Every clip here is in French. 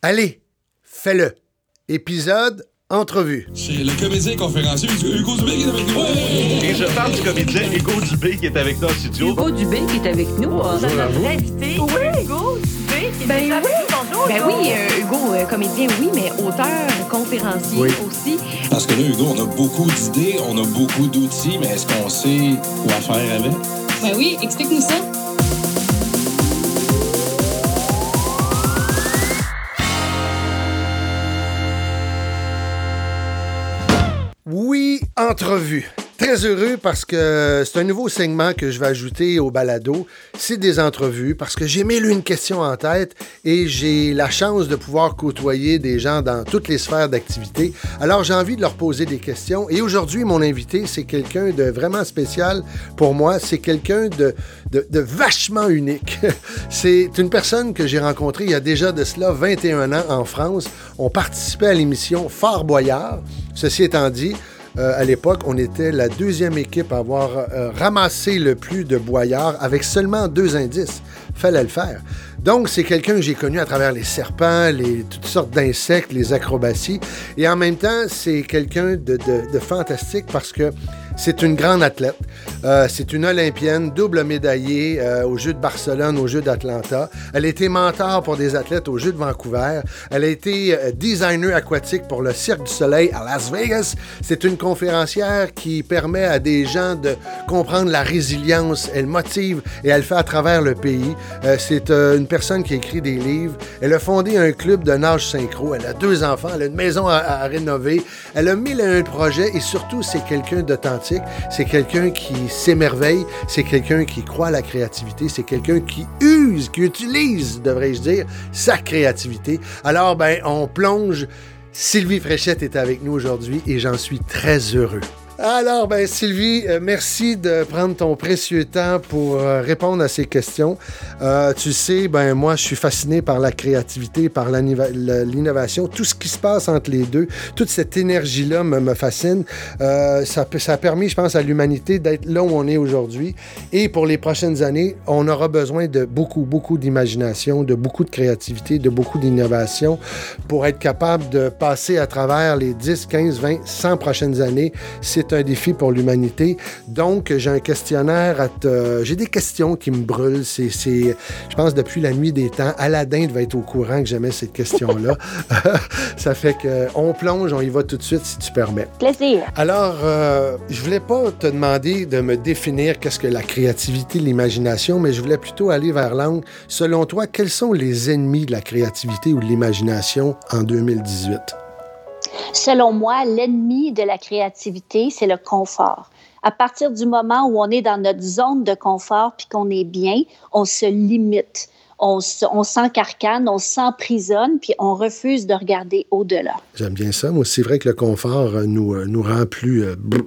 Allez, fais-le. Épisode entrevue. C'est le comédien conférencier Hugo Dubé qui est avec nous. Et je parle du comédien Hugo Dubé qui est avec nous en studio. Hugo Dubé qui est avec nous. Bonjour à vous. Invité, oui. Hugo Dubé qui est avec nous. Bonjour, Ben oui, Hugo, comédien, oui, mais auteur, conférencier aussi. Parce que là, Hugo, on a beaucoup d'idées, on a beaucoup d'outils, mais est-ce qu'on sait quoi faire avec? Ben oui, explique-nous ça. Oui, entrevue. Très heureux parce que c'est un nouveau segment que je vais ajouter au balado. C'est des entrevues parce que j'ai 1001 questions en tête et j'ai la chance de pouvoir côtoyer des gens dans toutes les sphères d'activité. Alors, j'ai envie de leur poser des questions. Et aujourd'hui, mon invité, c'est quelqu'un de vraiment spécial pour moi. C'est quelqu'un de vachement unique. C'est une personne que j'ai rencontrée il y a déjà de cela 21 ans en France. On participait à l'émission Fort Boyard. Ceci étant dit, à l'époque, on était la deuxième équipe à avoir ramassé le plus de boyards avec seulement 2 indices. Fallait le faire. Donc, c'est quelqu'un que j'ai connu à travers les serpents, toutes sortes d'insectes, les acrobaties. Et en même temps, c'est quelqu'un de fantastique parce que c'est une grande athlète. C'est une Olympienne, double médaillée aux Jeux de Barcelone, aux Jeux d'Atlanta. Elle a été mentor pour des athlètes aux Jeux de Vancouver. Elle a été designer aquatique pour le Cirque du Soleil à Las Vegas. C'est une conférencière qui permet à des gens de comprendre la résilience. Elle motive et elle fait à travers le pays. C'est une personne qui écrit des livres. Elle a fondé un club de nage synchro. Elle a 2 enfants. Elle a une maison à rénover. Elle a 1001 projets et surtout, c'est quelqu'un d'authentique. C'est quelqu'un qui s'émerveille. C'est quelqu'un qui croit à la créativité. C'est quelqu'un qui utilise, devrais-je dire, sa créativité. Alors, on plonge. Sylvie Fréchette est avec nous aujourd'hui et j'en suis très heureux. Alors, Sylvie, merci de prendre ton précieux temps pour répondre à ces questions. Tu sais, moi, je suis fasciné par la créativité, par l'innovation. Tout ce qui se passe entre les deux, toute cette énergie-là me fascine. Ça a permis, je pense, à l'humanité d'être là où on est aujourd'hui. Et pour les prochaines années, on aura besoin de beaucoup, beaucoup d'imagination, de beaucoup de créativité, de beaucoup d'innovation pour être capable de passer à travers les 10, 15, 20, 100 prochaines années. C'est un défi pour l'humanité. Donc, j'ai un questionnaire j'ai des questions qui me brûlent. Je pense, depuis la nuit des temps. Aladdin devait être au courant que j'aimais cette question-là. Ça fait qu'on plonge, on y va tout de suite, si tu permets. Plaisir. Alors, je voulais pas te demander de me définir qu'est-ce que la créativité, l'imagination, mais je voulais plutôt aller vers l'angle. Selon toi, quels sont les ennemis de la créativité ou de l'imagination en 2018? Selon moi, l'ennemi de la créativité, c'est le confort. À partir du moment où on est dans notre zone de confort puis qu'on est bien, on se limite. On s'encarcane, on s'emprisonne, puis on refuse de regarder au-delà. J'aime bien ça. Moi, c'est vrai que le confort nous rend plus...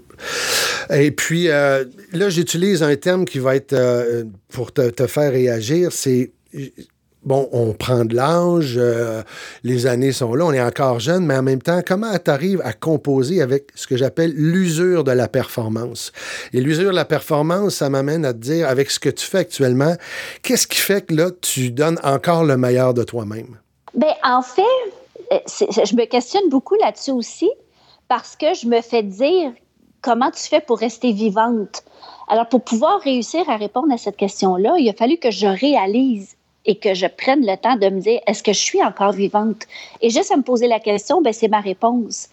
Et puis, là, j'utilise un terme qui va être, pour te faire réagir, c'est... Bon, on prend de l'âge, les années sont là, on est encore jeune, mais en même temps, comment tu arrives à composer avec ce que j'appelle l'usure de la performance? Et l'usure de la performance, ça m'amène à te dire, avec ce que tu fais actuellement, qu'est-ce qui fait que là, tu donnes encore le meilleur de toi-même? En fait, je me questionne beaucoup là-dessus aussi, parce que je me fais dire comment tu fais pour rester vivante. Alors, pour pouvoir réussir à répondre à cette question-là, il a fallu que je réalise et que je prenne le temps de me dire, est-ce que je suis encore vivante? Et juste à me poser la question, c'est ma réponse.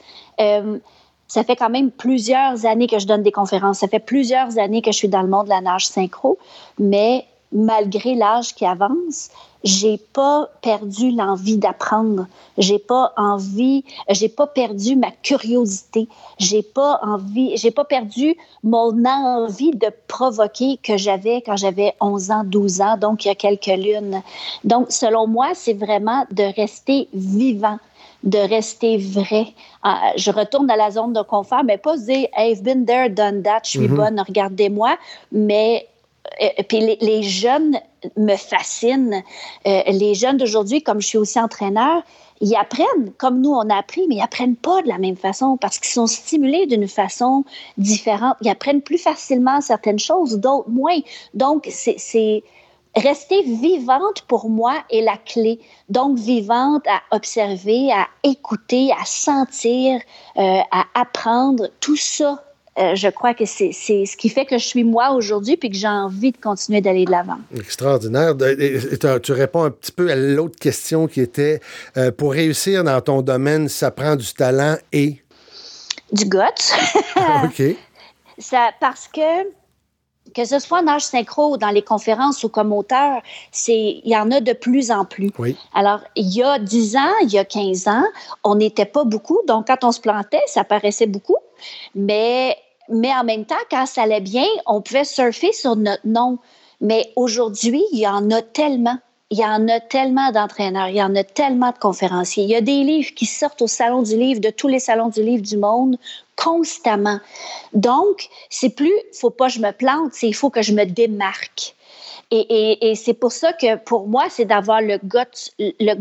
Ça fait quand même plusieurs années que je donne des conférences. Ça fait plusieurs années que je suis dans le monde de la nage synchro, mais malgré l'âge qui avance, j'ai pas perdu l'envie d'apprendre. J'ai pas perdu ma curiosité. J'ai pas perdu mon envie de provoquer que j'avais quand j'avais 11 ans, 12 ans, donc il y a quelques lunes. Donc, selon moi, c'est vraiment de rester vivant, de rester vrai. Je retourne à la zone de confort, mais pas se dire « I've been there, done that, je suis bonne, regardez-moi », mais puis les jeunes me fascinent. Les jeunes d'aujourd'hui, comme je suis aussi entraîneur, ils apprennent comme nous, on a appris, mais ils apprennent pas de la même façon parce qu'ils sont stimulés d'une façon différente. Ils apprennent plus facilement certaines choses, d'autres moins. Donc, rester vivante, pour moi, est la clé. Donc, vivante à observer, à écouter, à sentir, à apprendre, tout ça. Je crois que c'est ce qui fait que je suis moi aujourd'hui puis que j'ai envie de continuer d'aller de l'avant. Extraordinaire. Tu réponds un petit peu à l'autre question qui était, pour réussir dans ton domaine, ça prend du talent et... Du guts. OK. Parce que ce soit en nage synchro ou dans les conférences ou comme auteur, il y en a de plus en plus. Oui. Alors, il y a 10 ans, il y a 15 ans, on n'était pas beaucoup. Donc, quand on se plantait, ça paraissait beaucoup. Mais en même temps, quand ça allait bien, on pouvait surfer sur notre nom. Mais aujourd'hui, il y en a tellement. Il y en a tellement d'entraîneurs, il y en a tellement de conférenciers. Il y a des livres qui sortent au Salon du livre, de tous les salons du livre du monde, constamment. Donc, c'est plus « faut pas que je me plante », c'est « il faut que je me démarque ». Et c'est pour ça que, pour moi, c'est d'avoir le guts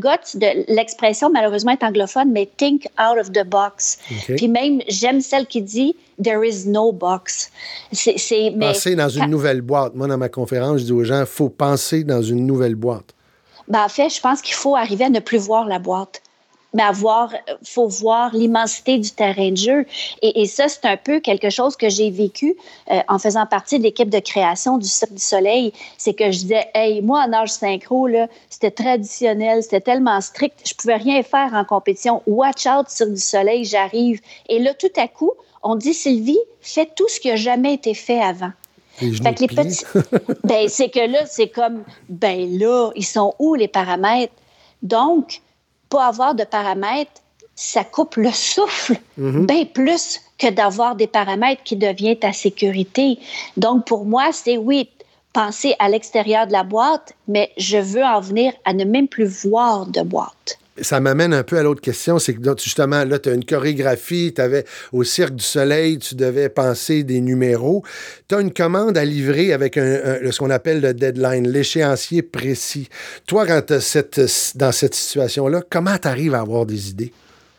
de l'expression, malheureusement, est anglophone, mais « think out of the box ». Okay. Puis même, j'aime celle qui dit « there is no box ». Penser dans une nouvelle boîte. Moi, dans ma conférence, je dis aux gens « il faut penser dans une nouvelle boîte ». En fait, je pense qu'il faut arriver à ne plus voir la boîte, mais faut voir l'immensité du terrain de jeu. Et ça, c'est un peu quelque chose que j'ai vécu en faisant partie de l'équipe de création du Cirque du Soleil. C'est que je disais, hey, moi, en nage synchro, là, c'était traditionnel, c'était tellement strict, je pouvais rien faire en compétition. Watch out, Cirque du Soleil, j'arrive. Et là, tout à coup, on dit, Sylvie, fais tout ce qui n'a jamais été fait avant. Fait que les petits... c'est que là, c'est comme, là, ils sont où les paramètres? Donc, pas avoir de paramètres, ça coupe le souffle bien plus que d'avoir des paramètres qui deviennent ta sécurité. Donc, pour moi, c'est oui, penser à l'extérieur de la boîte, mais je veux en venir à ne même plus voir de boîte. Ça m'amène un peu à l'autre question, c'est que justement, là, tu as une chorégraphie, tu avais au Cirque du Soleil, tu devais penser des numéros. Tu as une commande à livrer avec ce qu'on appelle le deadline, l'échéancier précis. Toi, quand tu es dans cette situation-là, comment tu arrives à avoir des idées?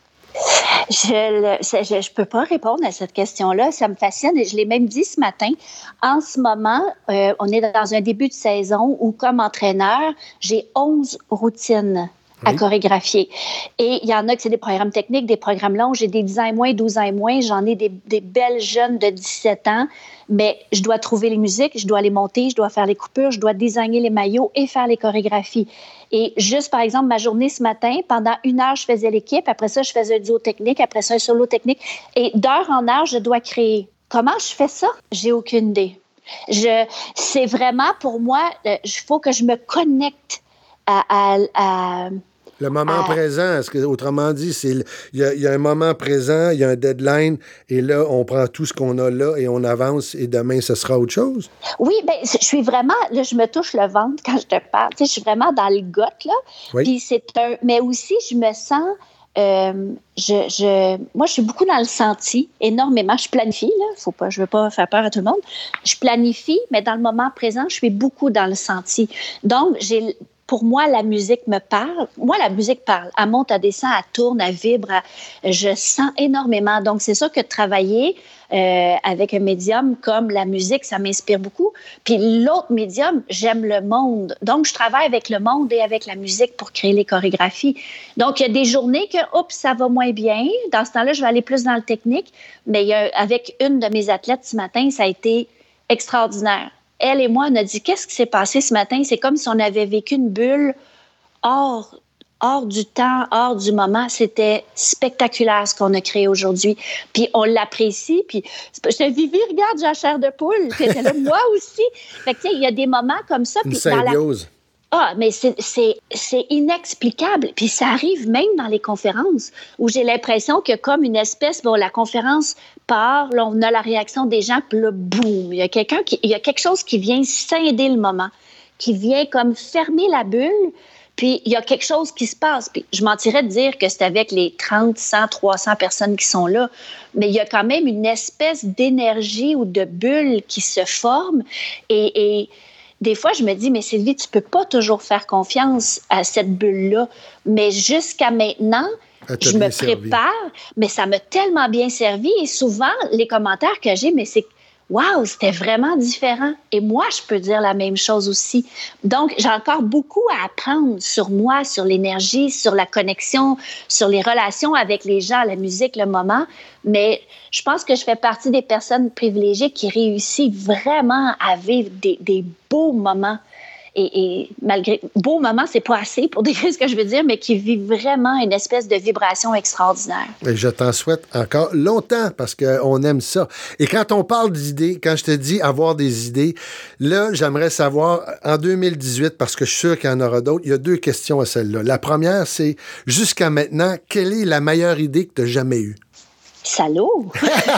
Je peux pas répondre à cette question-là. Ça me fascine et je l'ai même dit ce matin. En ce moment, on est dans un début de saison où, comme entraîneur, j'ai 11 routines à chorégraphier. Et il y en a que c'est des programmes techniques, des programmes longs. J'ai des 10 ans et moins, 12 ans et moins. J'en ai des belles jeunes de 17 ans. Mais je dois trouver les musiques, je dois les monter, je dois faire les coupures, je dois designer les maillots et faire les chorégraphies. Et juste, par exemple, ma journée ce matin, pendant 1 heure, je faisais l'équipe. Après ça, je faisais un duo technique. Après ça, un solo technique. Et d'heure en heure, je dois créer. Comment je fais ça? J'ai aucune idée. C'est vraiment, pour moi, il faut que je me connecte à le moment présent, autrement dit, il y a un moment présent, il y a un deadline, et là, on prend tout ce qu'on a là et on avance, et demain, ce sera autre chose? Oui, bien, je suis vraiment, là, je me touche le ventre quand je te parle, tu sais, je suis vraiment dans le gut, là, oui. Puis mais aussi, je me sens, moi, je suis beaucoup dans le senti, énormément, je planifie, là, je veux pas faire peur à tout le monde, je planifie, mais dans le moment présent, je suis beaucoup dans le senti. Donc, pour moi, la musique me parle. Moi, la musique parle. Elle monte, elle descend, elle tourne, elle vibre. Je sens énormément. Donc, c'est ça que travailler avec un médium comme la musique, ça m'inspire beaucoup. Puis l'autre médium, j'aime le monde. Donc, je travaille avec le monde et avec la musique pour créer les chorégraphies. Donc, il y a des journées que, ça va moins bien. Dans ce temps-là, je vais aller plus dans le technique. Mais avec une de mes athlètes ce matin, ça a été extraordinaire. Elle et moi, on a dit, qu'est-ce qui s'est passé ce matin? C'est comme si on avait vécu une bulle hors du temps, hors du moment. C'était spectaculaire ce qu'on a créé aujourd'hui. Puis on l'apprécie. Puis je te dis, Vivi, regarde, j'ai la chair de poule. Puis elle était là, moi aussi. Fait que tu sais, il y a des moments comme ça. Une symbiose. Mais c'est inexplicable. Puis ça arrive même dans les conférences où j'ai l'impression que comme une espèce, la conférence part, là, on a la réaction des gens, puis là, boum, il y a quelque chose qui vient scinder le moment, qui vient comme fermer la bulle, puis il y a quelque chose qui se passe. Puis je mentirais de dire que c'est avec les 30, 100, 300 personnes qui sont là, mais il y a quand même une espèce d'énergie ou de bulle qui se forme et des fois, je me dis, mais Sylvie, tu peux pas toujours faire confiance à cette bulle-là. Mais jusqu'à maintenant, je me prépare, mais ça m'a tellement bien servi. Et souvent, les commentaires que j'ai, mais c'est wow, c'était vraiment différent. Et moi, je peux dire la même chose aussi. Donc, j'ai encore beaucoup à apprendre sur moi, sur l'énergie, sur la connexion, sur les relations avec les gens, la musique, le moment. Mais je pense que je fais partie des personnes privilégiées qui réussissent vraiment à vivre des beaux moments. Et malgré beau moment, c'est pas assez pour décrire ce que je veux dire, mais qui vit vraiment une espèce de vibration extraordinaire. Et je t'en souhaite encore longtemps parce qu'on aime ça. Et quand on parle d'idées, quand je te dis avoir des idées, là, j'aimerais savoir, en 2018, parce que je suis sûr qu'il y en aura d'autres, il y a 2 questions à celle-là. La première, c'est, jusqu'à maintenant, quelle est la meilleure idée que tu as jamais eue? Salaud!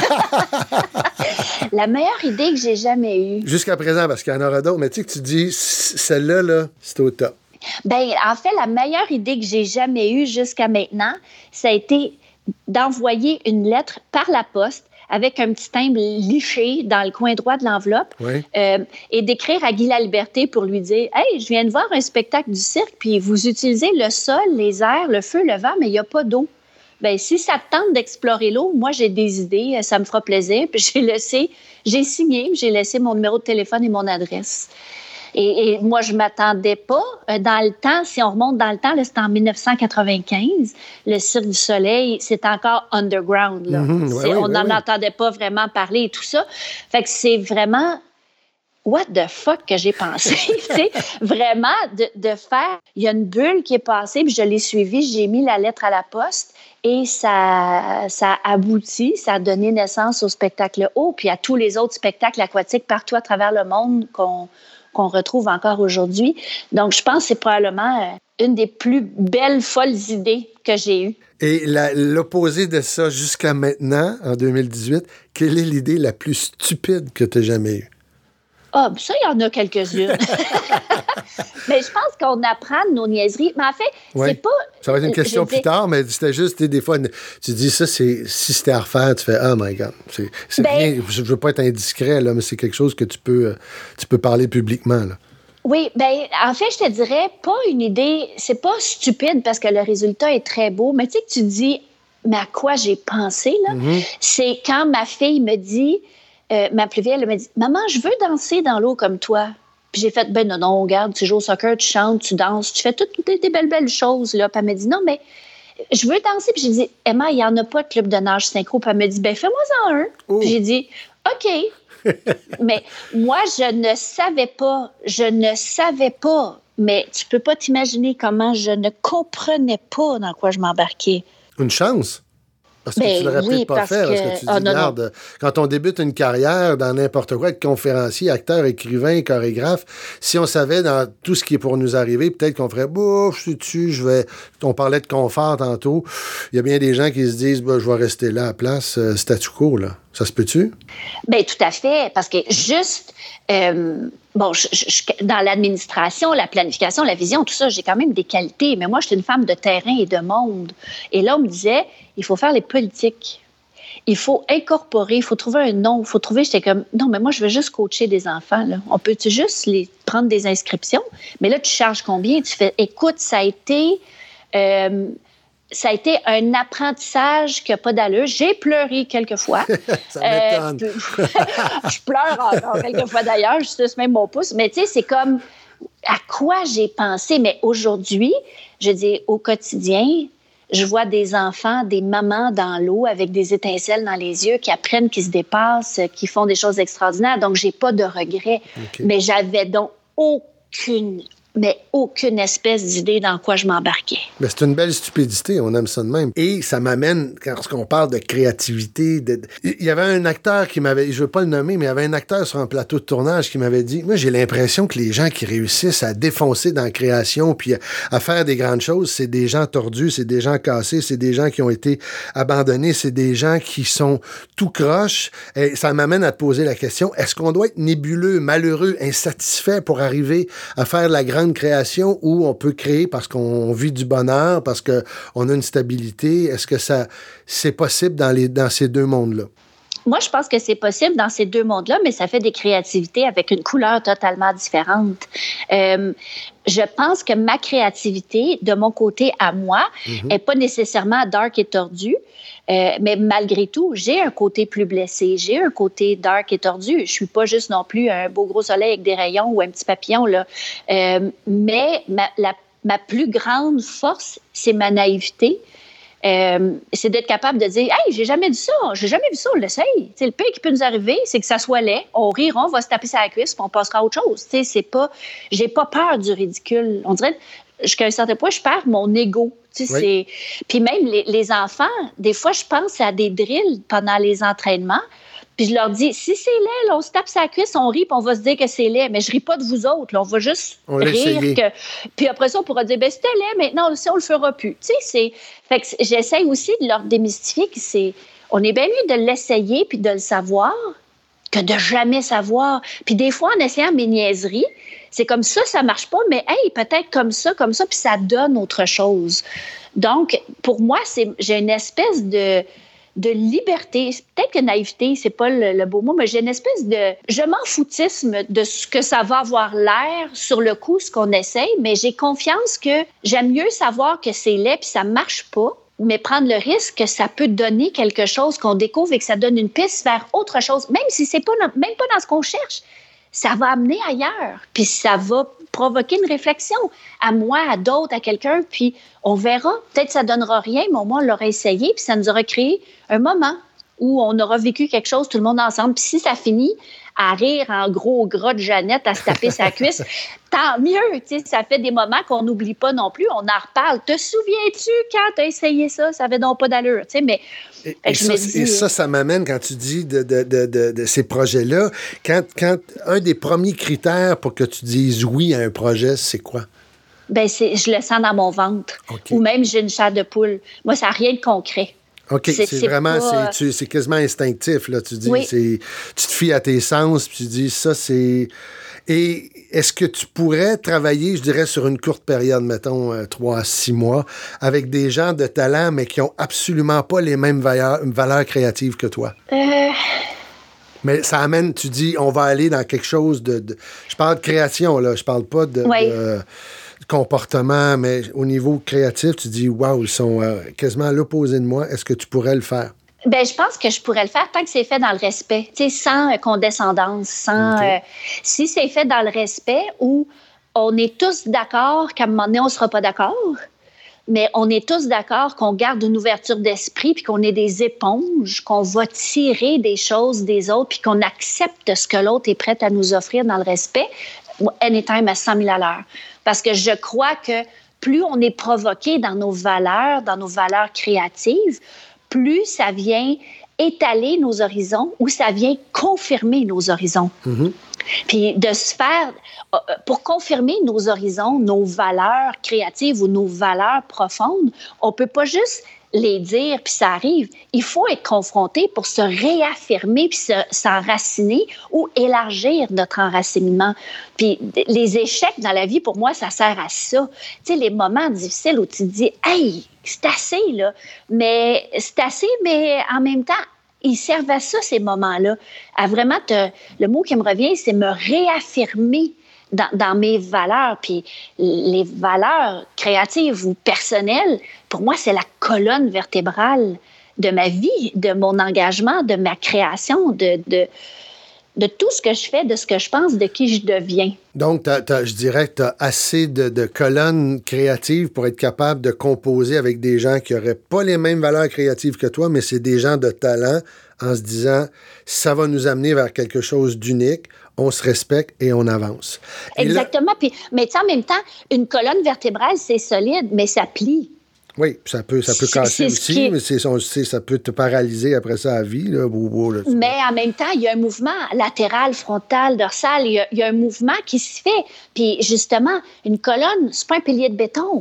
La meilleure idée que j'ai jamais eue. Jusqu'à présent, parce qu'il y en aura d'autres, mais tu sais que tu dis, celle-là, là, c'est au top. Bien, en fait, la meilleure idée que j'ai jamais eue jusqu'à maintenant, ça a été d'envoyer une lettre par la poste avec un petit timbre liché dans le coin droit de l'enveloppe et d'écrire à Guy Laliberté pour lui dire « Hey, je viens de voir un spectacle du cirque, puis vous utilisez le sol, les airs, le feu, le vent, mais il n'y a pas d'eau. » Bien, si ça te tente d'explorer l'eau, moi, j'ai des idées, ça me fera plaisir. Puis j'ai signé, j'ai laissé mon numéro de téléphone et mon adresse. Et moi, je ne m'attendais pas. Dans le temps, si on remonte dans le temps, là, c'était en 1995. Le Cirque du Soleil, c'est encore underground. Là. On n'en entendait pas vraiment parler et tout ça. Fait que c'est vraiment... What the fuck que j'ai pensé, tu sais, vraiment de faire, il y a une bulle qui est passée, puis je l'ai suivie, j'ai mis la lettre à la poste et ça a abouti, ça a donné naissance au spectacle haut, puis à tous les autres spectacles aquatiques partout à travers le monde qu'on retrouve encore aujourd'hui. Donc, je pense que c'est probablement une des plus belles, folles idées que j'ai eues. Et l'opposé de ça jusqu'à maintenant, en 2018, quelle est l'idée la plus stupide que tu as jamais eue? Ah, ça, il y en a quelques-unes. Mais je pense qu'on apprend de nos niaiseries. Mais en fait, c'est pas... Ça va être une question plus tard, mais c'était juste, des fois, tu dis ça, si c'était à refaire, tu fais « Oh my God ». C'est rien, je veux pas être indiscret, là, mais c'est quelque chose que tu peux parler publiquement, là. Oui, bien, en fait, je te dirais, pas une idée, c'est pas stupide parce que le résultat est très beau, mais tu sais que tu dis, mais à quoi j'ai pensé, là? C'est quand ma fille me dit... ma plus vieille, elle m'a dit « Maman, je veux danser dans l'eau comme toi. » Puis j'ai fait « Ben non, regarde, tu joues au soccer, tu chantes, tu danses, tu fais toutes des belles choses. » Là. Puis elle m'a dit « Non, mais je veux danser. » Puis j'ai dit « Emma, il n'y en a pas de club de nage synchro. » Puis elle m'a dit « Ben fais-moi-en un. Oh. » Puis j'ai dit « OK. » Mais moi, je ne savais pas. Mais tu peux pas t'imaginer comment je ne comprenais pas dans quoi je m'embarquais. Une chance. Parce que tu l'aurais peut-être pas fait, parce que tu dis, regarde, quand on débute une carrière dans n'importe quoi, être conférencier, acteur, écrivain, chorégraphe, si on savait dans tout ce qui est pour nous arriver, peut-être qu'on ferait, bouf, je suis dessus, on parlait de confort tantôt. Il y a bien des gens qui se disent, je vais rester là à place, statu quo, là. Ça se peut-tu? Bien, tout à fait, parce que juste, dans l'administration, la planification, la vision, tout ça, j'ai quand même des qualités, mais moi, je suis une femme de terrain et de monde. Et là, on me disait, il faut faire les politiques. Il faut incorporer, il faut trouver un nom, il faut trouver, j'étais comme, non, mais moi, je veux juste coacher des enfants, là. On peut-tu juste prendre des inscriptions? Mais là, tu charges combien? Tu fais, écoute, ça a été un apprentissage qui n'a pas d'allure. J'ai pleuré quelques fois. Ça m'étonne. Je pleure encore quelques fois d'ailleurs, je suce même mon pouce. Mais tu sais, c'est comme à quoi j'ai pensé. Mais aujourd'hui, je dis au quotidien, je vois des enfants, des mamans dans l'eau avec des étincelles dans les yeux qui apprennent, qui se dépassent, qui font des choses extraordinaires. Donc, j'ai pas de regrets. Okay. Mais j'avais donc aucune espèce d'idée dans quoi je m'embarquais. Mais c'est une belle stupidité, on aime ça de même. Et ça m'amène, lorsqu'on parle de créativité, il y avait un acteur qui m'avait, je veux pas le nommer, mais il y avait un acteur sur un plateau de tournage qui m'avait dit, moi j'ai l'impression que les gens qui réussissent à défoncer dans la création puis à faire des grandes choses, c'est des gens tordus, c'est des gens cassés, c'est des gens qui ont été abandonnés, c'est des gens qui sont tout croche. Et ça m'amène à te poser la question, est-ce qu'on doit être nébuleux, malheureux, insatisfait pour arriver à faire de la grande création où on peut créer parce qu'on vit du bonheur, parce qu'on a une stabilité? Est-ce que c'est possible dans ces deux mondes-là? Moi, je pense que c'est possible dans ces deux mondes-là, mais ça fait des créativités avec une couleur totalement différente. Je pense que ma créativité, de mon côté à moi, n'est pas nécessairement dark et tordue, mais malgré tout, j'ai un côté plus blessé, j'ai un côté dark et tordu. Je suis pas juste non plus un beau gros soleil avec des rayons ou un petit papillon, là. Mais ma plus grande force, c'est ma naïveté. C'est d'être capable de dire « Hey, j'ai jamais vu ça, on l'essaye. » Le pire qui peut nous arriver, c'est que ça soit laid, on rira, on va se taper sur la cuisse, puis on passera à autre chose. J'ai pas peur du ridicule. On dirait, jusqu'à un certain point, je perds mon ego. Oui. Puis même les enfants, des fois, je pense à des drills pendant les entraînements, puis je leur dis, si c'est laid, là, on se tape sa cuisse, on rit, puis on va se dire que c'est laid. Mais je ris pas de vous autres, là, on va juste rire. Puis après ça, on pourra dire, c'était laid, maintenant, si on le fera plus. Fait que j'essaye aussi de leur démystifier que on est bien mieux de l'essayer puis de le savoir que de jamais savoir. Puis des fois, en essayant mes niaiseries, c'est comme ça marche pas, mais hey, peut-être comme ça, puis ça donne autre chose. Donc, pour moi, j'ai une espèce de liberté. Peut-être que naïveté, c'est pas le beau mot, mais j'ai une espèce de je m'en foutisme de ce que ça va avoir l'air sur le coup, ce qu'on essaye, mais j'ai confiance que j'aime mieux savoir que c'est laid puis ça marche pas, mais prendre le risque que ça peut donner quelque chose qu'on découvre et que ça donne une piste vers autre chose, même si c'est même pas dans ce qu'on cherche. Ça va amener ailleurs, puis ça va provoquer une réflexion à moi, à d'autres, à quelqu'un, puis on verra. Peut-être que ça ne donnera rien, mais au moins on l'aura essayé, puis ça nous aura créé un moment où on aura vécu quelque chose, tout le monde ensemble. Puis si ça finit à rire en gros gras de Jeannette, à se taper sa cuisse, tant mieux. Ça fait des moments qu'on n'oublie pas non plus. On en reparle. Te souviens-tu quand tu as essayé ça? Ça avait donc pas d'allure. Mais, et ça m'amène quand tu dis de ces projets-là. Quand un des premiers critères pour que tu dises oui à un projet, c'est quoi? Ben je le sens dans mon ventre. Okay. Ou même j'ai une chair de poule. Moi, ça n'a rien de concret. OK, c'est vraiment, c'est quasiment instinctif, là. Tu dis, oui. Tu te fies à tes sens, puis tu dis, ça, c'est... Et est-ce que tu pourrais travailler, je dirais, sur une courte période, mettons 3 à 6 mois, avec des gens de talent, mais qui n'ont absolument pas les mêmes valeurs créatives que toi? Mais ça amène, tu dis, on va aller dans quelque chose de... Je parle de création, là, je parle pas de comportement, mais au niveau créatif, tu dis, waouh, ils sont quasiment à l'opposé de moi. Est-ce que tu pourrais le faire? Bien, je pense que je pourrais le faire tant que c'est fait dans le respect, sans condescendance, si c'est fait dans le respect où on est tous d'accord qu'à un moment donné, on ne sera pas d'accord, mais on est tous d'accord qu'on garde une ouverture d'esprit puis qu'on est des éponges, qu'on va tirer des choses des autres puis qu'on accepte ce que l'autre est prêt à nous offrir dans le respect, anytime à 100 000 à l'heure. Parce que je crois que plus on est provoqué dans nos valeurs créatives, plus ça vient étaler nos horizons ou ça vient confirmer nos horizons. Mm-hmm. Puis de se faire, pour confirmer nos horizons, nos valeurs créatives ou nos valeurs profondes, on ne peut pas juste les dire puis ça arrive. Il faut être confronté pour se réaffirmer puis s'enraciner ou élargir notre enracinement. Puis les échecs dans la vie, pour moi, ça sert à ça. Tu sais, les moments difficiles où tu te dis « Hey, c'est assez, là. » Mais c'est assez, mais en même temps, ils servent à ça, ces moments-là. À vraiment le mot qui me revient, c'est me réaffirmer dans mes valeurs. Puis les valeurs créatives ou personnelles, pour moi, c'est la colonne vertébrale de ma vie, de mon engagement, de ma création, de tout ce que je fais, de ce que je pense, de qui je deviens. Donc, je dirais que tu as assez de colonnes créatives pour être capable de composer avec des gens qui n'auraient pas les mêmes valeurs créatives que toi, mais c'est des gens de talent en se disant, ça va nous amener vers quelque chose d'unique, on se respecte et on avance. Exactement. Puis, mais en même temps, une colonne vertébrale, c'est solide, mais ça plie. Oui, ça peut casser aussi, mais ça peut te paralyser après ça à vie. Là, mais en même temps, il y a un mouvement latéral, frontal, dorsal. Il y a un mouvement qui se fait. Puis justement, une colonne, c'est pas un pilier de béton.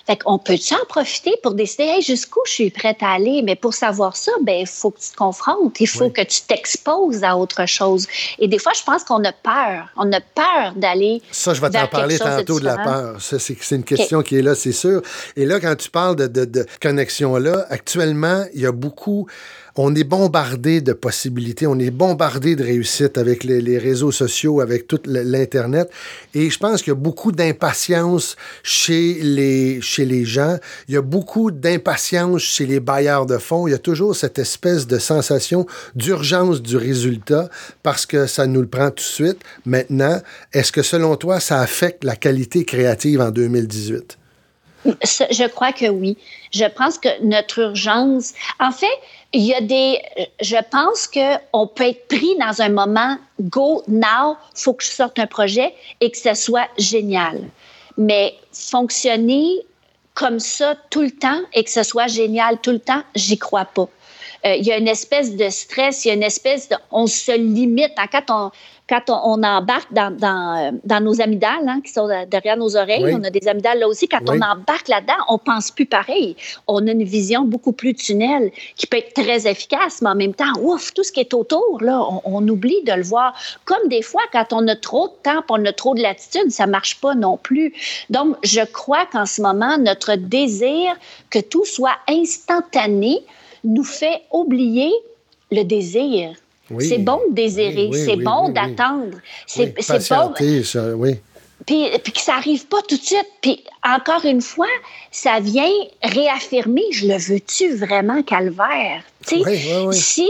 Fait qu'on peut-tu en profiter pour décider hey, jusqu'où je suis prête à aller? Mais pour savoir ça, il faut que tu te confrontes. Il faut que tu t'exposes à autre chose. Et des fois, je pense qu'on a peur. On a peur d'aller. Ça, je vais t'en parler tantôt de la peur. Ça, c'est une question qui est là, c'est sûr. Et là, quand tu parles de connexion-là, actuellement, il y a beaucoup. On est bombardé de possibilités, on est bombardé de réussites avec les réseaux sociaux, avec tout l'Internet. Et je pense qu'il y a beaucoup d'impatience chez les gens. Il y a beaucoup d'impatience chez les bailleurs de fonds. Il y a toujours cette espèce de sensation d'urgence du résultat parce que ça nous le prend tout de suite. Maintenant, est-ce que selon toi, ça affecte la qualité créative en 2018? Je crois que oui. Je pense que notre urgence... En fait, il y a je pense qu'on peut être pris dans un moment « go, now », il faut que je sorte un projet et que ce soit génial. Mais fonctionner comme ça tout le temps et que ce soit génial tout le temps, j'y crois pas. Il y a une espèce de stress, il y a une espèce de... On se limite. Quand on embarque dans nos amygdales, qui sont derrière nos oreilles, on a des amygdales là aussi. Quand on embarque là-dedans, on pense plus pareil. On a une vision beaucoup plus tunnel qui peut être très efficace, mais en même temps, tout ce qui est autour, là, on oublie de le voir. Comme des fois, quand on a trop de temps, on a trop de latitude, ça marche pas non plus. Donc, je crois qu'en ce moment, notre désir que tout soit instantané nous fait oublier le désir. Oui. C'est bon de désirer, c'est bon d'attendre. C'est bon. Ça, oui. Puis que ça n'arrive pas tout de suite. Puis encore une fois, ça vient réaffirmer, je le veux-tu vraiment, Calvaire? Si,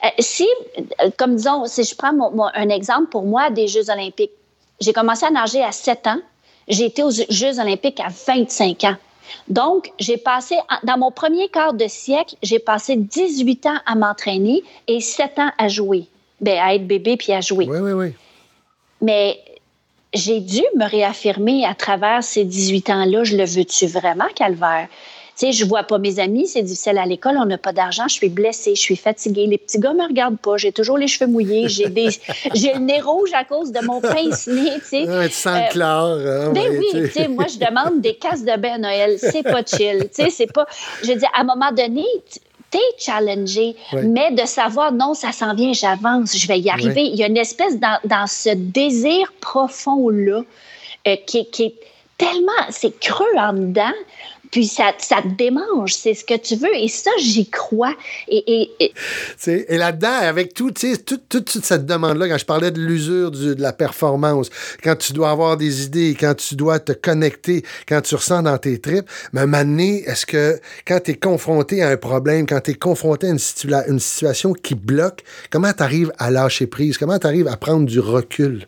comme disons, si je prends un exemple pour moi des Jeux olympiques, j'ai commencé à nager à 7 ans, j'ai été aux Jeux olympiques à 25 ans. Donc, j'ai passé, dans mon premier quart de siècle, j'ai passé 18 ans à m'entraîner et 7 ans à jouer. À être bébé puis à jouer. Oui. Mais j'ai dû me réaffirmer à travers ces 18 ans-là. Je le veux-tu vraiment, Calvaire? Tu sais, je vois pas mes amis, c'est difficile à l'école, on n'a pas d'argent, je suis blessée, je suis fatiguée. Les petits gars me regardent pas, j'ai toujours les cheveux mouillés, j'ai le nez rouge à cause de mon pince-nez, tu sais. Tu sens le clair. Oui, tu sais, moi, je demande des casses de bain à Noël, c'est pas chill, tu sais, c'est pas... Je veux dire, à un moment donné... T'es challengé, mais de savoir, non, ça s'en vient, j'avance, je vais y arriver. Il y a une espèce dans ce désir profond-là qui est tellement, c'est creux en dedans, puis ça te démange, c'est ce que tu veux, et ça, j'y crois. Et là-dedans, avec toute cette demande-là, quand je parlais de l'usure de la performance, quand tu dois avoir des idées, quand tu dois te connecter, quand tu ressens dans tes tripes, mais à un moment donné, est-ce que quand tu es confronté à un problème, quand tu es confronté à une situation qui bloque, comment tu arrives à lâcher prise? Comment tu arrives à prendre du recul?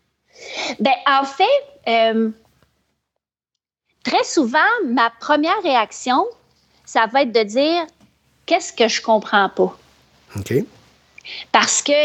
En fait... très souvent, ma première réaction, ça va être de dire « qu'est-ce que je comprends pas? » OK. Parce que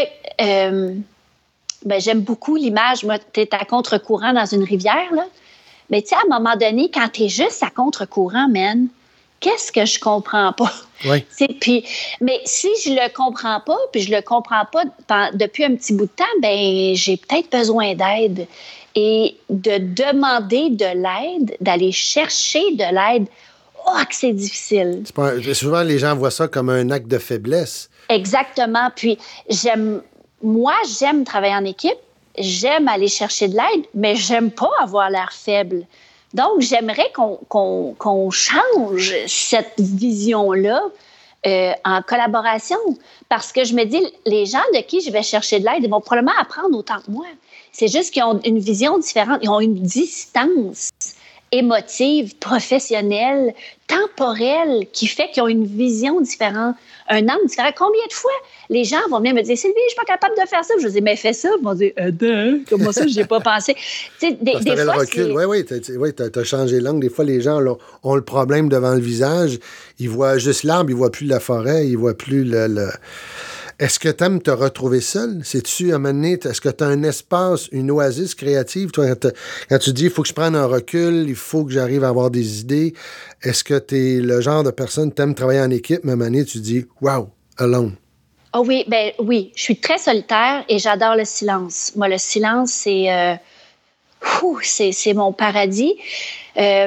j'aime beaucoup l'image, moi, tu es à contre-courant dans une rivière, là. Mais tu sais, à un moment donné, quand tu es juste à contre-courant, man, qu'est-ce que je comprends pas? Oui. Mais si je le comprends pas, puis je le comprends pas depuis un petit bout de temps, j'ai peut-être besoin d'aide. Et de demander de l'aide, d'aller chercher de l'aide, que c'est difficile. Souvent, les gens voient ça comme un acte de faiblesse. Exactement. Puis, j'aime travailler en équipe, j'aime aller chercher de l'aide, mais j'aime pas avoir l'air faible. Donc, j'aimerais qu'on change cette vision-là en collaboration. Parce que je me dis, les gens de qui je vais chercher de l'aide, ils vont probablement apprendre autant que moi. C'est juste qu'ils ont une vision différente. Ils ont une distance émotive, professionnelle, temporelle, qui fait qu'ils ont une vision différente, un angle différent. Combien de fois les gens vont venir me dire « Sylvie, je suis pas capable de faire ça. » Je dis « Mais fais ça. » Ils vont dire « Comment ça, je n'y ai pas pensé. » Tu sais, des fois, le recul. Oui, tu as changé l'angle. Des fois, les gens ont le problème devant le visage. Ils voient juste l'arbre, ils ne voient plus la forêt, ils ne voient plus le... Est-ce que tu aimes te retrouver seul? Sais-tu, à un moment donné, est-ce que tu as un espace, une oasis créative? Toi, quand tu dis, il faut que je prenne un recul, il faut que j'arrive à avoir des idées, est-ce que tu es le genre de personne qui aime travailler en équipe, mais à un moment donné, tu dis, wow, alone? Oh oui, oui, je suis très solitaire et j'adore le silence. Moi, le silence, c'est mon paradis.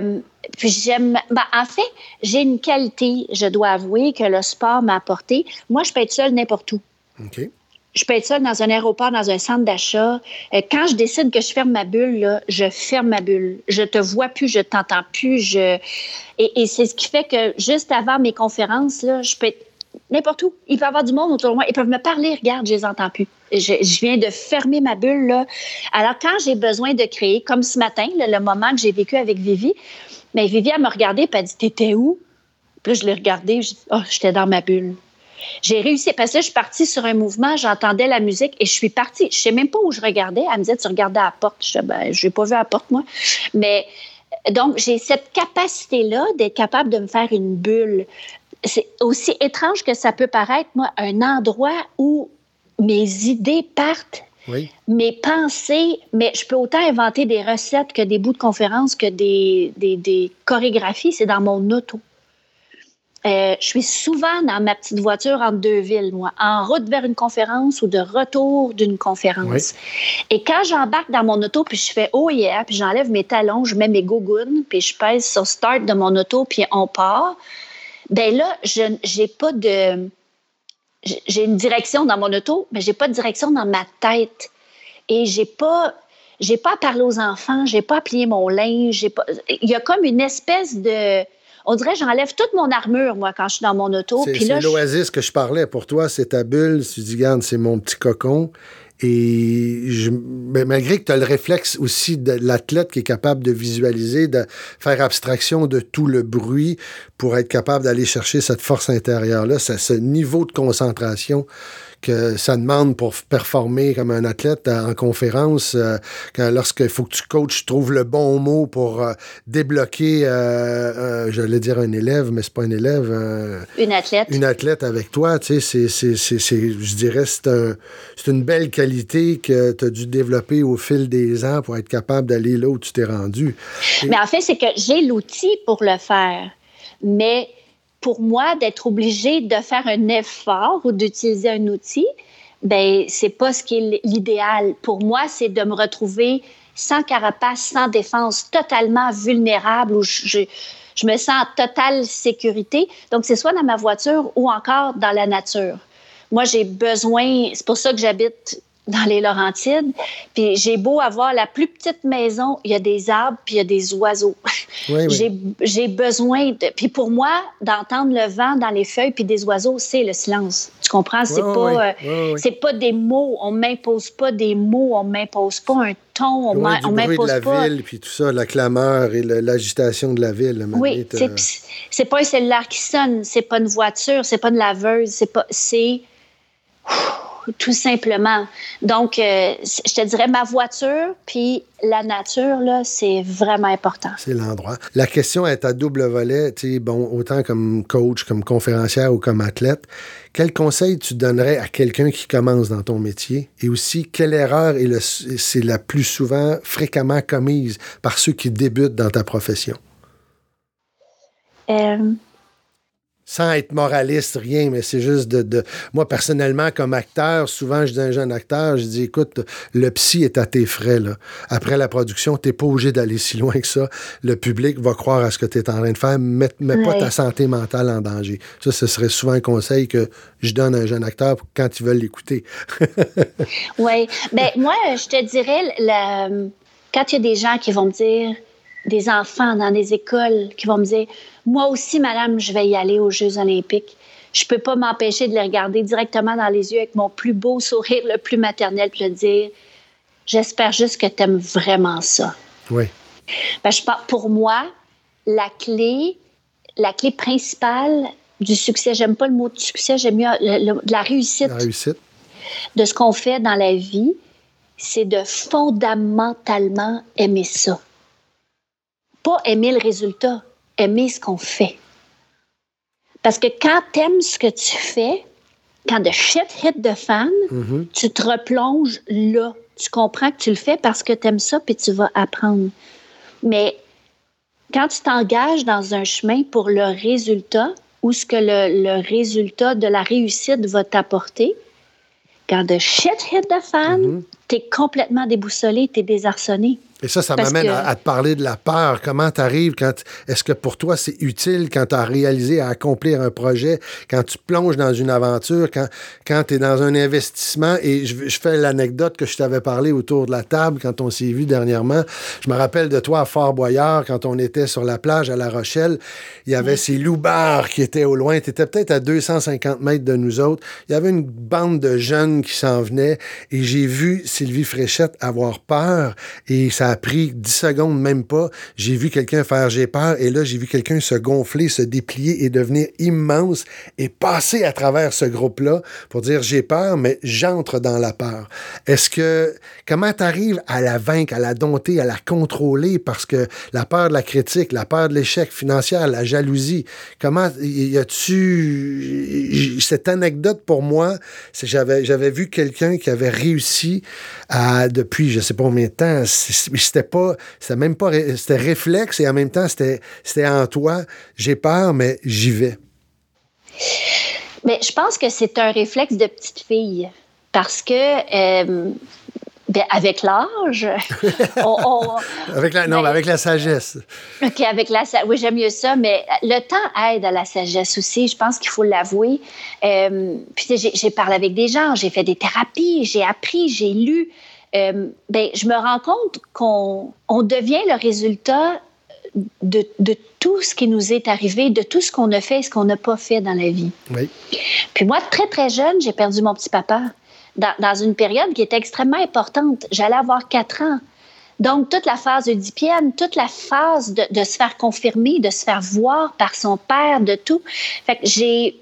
Puis en fait, j'ai une qualité, je dois avouer, que le sport m'a apporté. Moi, je peux être seule n'importe où. OK. Je peux être seule dans un aéroport, dans un centre d'achat. Quand je décide que je ferme ma bulle, là, je ferme ma bulle. Je te vois plus, je t'entends plus. Et c'est ce qui fait que juste avant mes conférences, là, je peux être n'importe où. Il peut y avoir du monde autour de moi. Ils peuvent me parler. Regarde, je les entends plus. Je viens de fermer ma bulle, là. Alors, quand j'ai besoin de créer, comme ce matin, là, le moment que j'ai vécu avec Vivi, mais Vivi, elle m'a regardée et elle a dit « T'étais où? » Puis là, je l'ai regardée. Je dis « Oh, j'étais dans ma bulle. » J'ai réussi, parce que là, je suis partie sur un mouvement, j'entendais la musique et je suis partie. Je ne sais même pas où je regardais. Elle me disait, tu regardais à la porte. Je disais, je n'ai pas vu à la porte, moi. Mais donc, j'ai cette capacité-là d'être capable de me faire une bulle. C'est aussi étrange que ça peut paraître, moi, un endroit où mes idées partent, oui. Mes pensées, mais je peux autant inventer des recettes que des bouts de conférences, que des chorégraphies. C'est dans mon auto. Je suis souvent dans ma petite voiture entre deux villes, moi, en route vers une conférence ou de retour d'une conférence. Oui. Et quand j'embarque dans mon auto, puis je fais « Oh yeah », puis j'enlève mes talons, je mets mes gougounes, puis je pèse sur « Start » de mon auto, puis on part, bien là, j'ai pas de... J'ai une direction dans mon auto, mais j'ai pas de direction dans ma tête. Et j'ai pas à parler aux enfants, j'ai pas à plier mon linge, il y a comme une espèce de... On dirait que j'enlève toute mon armure, moi, quand je suis dans mon auto. C'est l'oasis que je parlais. Pour toi, c'est ta bulle. Tu dis, regarde, c'est mon petit cocon. Et malgré que tu as le réflexe aussi de l'athlète qui est capable de visualiser, de faire abstraction de tout le bruit pour être capable d'aller chercher cette force intérieure-là, ce niveau de concentration que ça demande pour performer comme un athlète en conférence, lorsqu'il faut que tu coaches, tu trouves le bon mot pour débloquer, j'allais dire un élève, mais c'est pas un élève. Une athlète. Une athlète avec toi, tu sais, je dirais, c'est une belle qualité que tu as dû développer au fil des ans pour être capable d'aller là où tu t'es rendu. Mais en fait, c'est que j'ai l'outil pour le faire, mais... Pour moi, d'être obligée de faire un effort ou d'utiliser un outil, ben c'est pas ce qui est l'idéal. Pour moi, c'est de me retrouver sans carapace, sans défense, totalement vulnérable, où je me sens en totale sécurité. Donc, c'est soit dans ma voiture ou encore dans la nature. Moi, j'ai besoin... C'est pour ça que j'habite dans les Laurentides. Puis j'ai beau avoir la plus petite maison, il y a des arbres puis il y a des oiseaux. Oui, oui. J'ai besoin de... Puis pour moi, d'entendre le vent dans les feuilles puis des oiseaux, c'est le silence. Tu comprends? C'est c'est pas des mots. On m'impose pas des mots. On m'impose pas un ton. On m'impose pas... bruit de la ville puis tout ça, la clameur et l'agitation de la ville. Oui, c'est pas un cellulaire qui sonne. C'est pas une voiture. C'est pas une laveuse. C'est... Tout simplement. Donc, je te dirais ma voiture, puis la nature, là, c'est vraiment important. C'est l'endroit. La question est à double volet, tu sais, bon, autant comme coach, comme conférencière ou comme athlète. Quel conseil tu donnerais à quelqu'un qui commence dans ton métier? Et aussi, quelle erreur c'est la plus souvent, fréquemment commise par ceux qui débutent dans ta profession? Sans être moraliste, rien, mais c'est juste Moi, personnellement, comme acteur, souvent, je dis à un jeune acteur, je dis, écoute, le psy est à tes frais, là. Après la production, t'es pas obligé d'aller si loin que ça. Le public va croire à ce que tu es en train de faire. Mets pas ta santé mentale en danger. Ça, ce serait souvent un conseil que je donne à un jeune acteur quand ils veulent l'écouter. Oui. Bien, moi, je te dirais, quand il y a des gens qui vont me dire, des enfants dans des écoles qui vont me dire « Moi aussi, madame, je vais y aller aux Jeux olympiques. Je peux pas m'empêcher de les regarder directement dans les yeux avec mon plus beau sourire, le plus maternel, puis de dire « J'espère juste que tu aimes vraiment ça. » Oui. Ben, pour moi, la clé principale du succès, j'aime pas le mot de succès, j'aime mieux de la réussite. La réussite. De ce qu'on fait dans la vie, c'est de fondamentalement aimer ça. Pas aimer le résultat, aimer ce qu'on fait. Parce que quand t'aimes ce que tu fais, quand the shit hit the fan, tu te replonges là. Tu comprends que tu le fais parce que t'aimes ça, puis tu vas apprendre. Mais quand tu t'engages dans un chemin pour le résultat, ou ce que le résultat de la réussite va t'apporter, quand the shit hit the fan, t'es complètement déboussolé, t'es désarçonné. Et ça m'amène à te parler de la peur. Comment tu arrives est-ce que pour toi, c'est utile quand tu as réalisé à accomplir un projet, quand tu plonges dans une aventure, quand tu es dans un investissement? Et je fais l'anecdote que je t'avais parlé autour de la table quand on s'est vu dernièrement. Je me rappelle de toi à Fort-Boyard, quand on était sur la plage à La Rochelle. Il y avait ces loupards qui étaient au loin. Tu étais peut-être à 250 mètres de nous autres. Il y avait une bande de jeunes qui s'en venaient et j'ai vu Sylvie Fréchette avoir peur et ça a pris 10 secondes, même pas. J'ai vu quelqu'un faire « j'ai peur » et là, j'ai vu quelqu'un se gonfler, se déplier et devenir immense et passer à travers ce groupe-là pour dire « j'ai peur, mais j'entre dans la peur ». Comment t'arrives à la vaincre, à la dompter, à la contrôler? Parce que la peur de la critique, la peur de l'échec financier, la jalousie, comment y a-tu... Cette anecdote, pour moi, j'avais vu quelqu'un qui avait réussi depuis je sais pas combien de temps, c'était réflexe et en même temps, c'était en toi. J'ai peur, mais j'y vais. Mais je pense que c'est un réflexe de petite fille parce que avec l'âge, avec la sagesse. OK, oui, j'aime mieux ça, mais le temps aide à la sagesse aussi, je pense qu'il faut l'avouer. Puis j'ai parlé avec des gens, j'ai fait des thérapies, j'ai appris, j'ai lu. Je me rends compte qu'on devient le résultat de tout ce qui nous est arrivé, de tout ce qu'on a fait et ce qu'on n'a pas fait dans la vie. Oui. Puis moi, très, très jeune, j'ai perdu mon petit papa dans une période qui était extrêmement importante. J'allais avoir 4 ans. Donc, toute la phase oedipienne, toute la phase de se faire confirmer, de se faire voir par son père, de tout. Fait que j'ai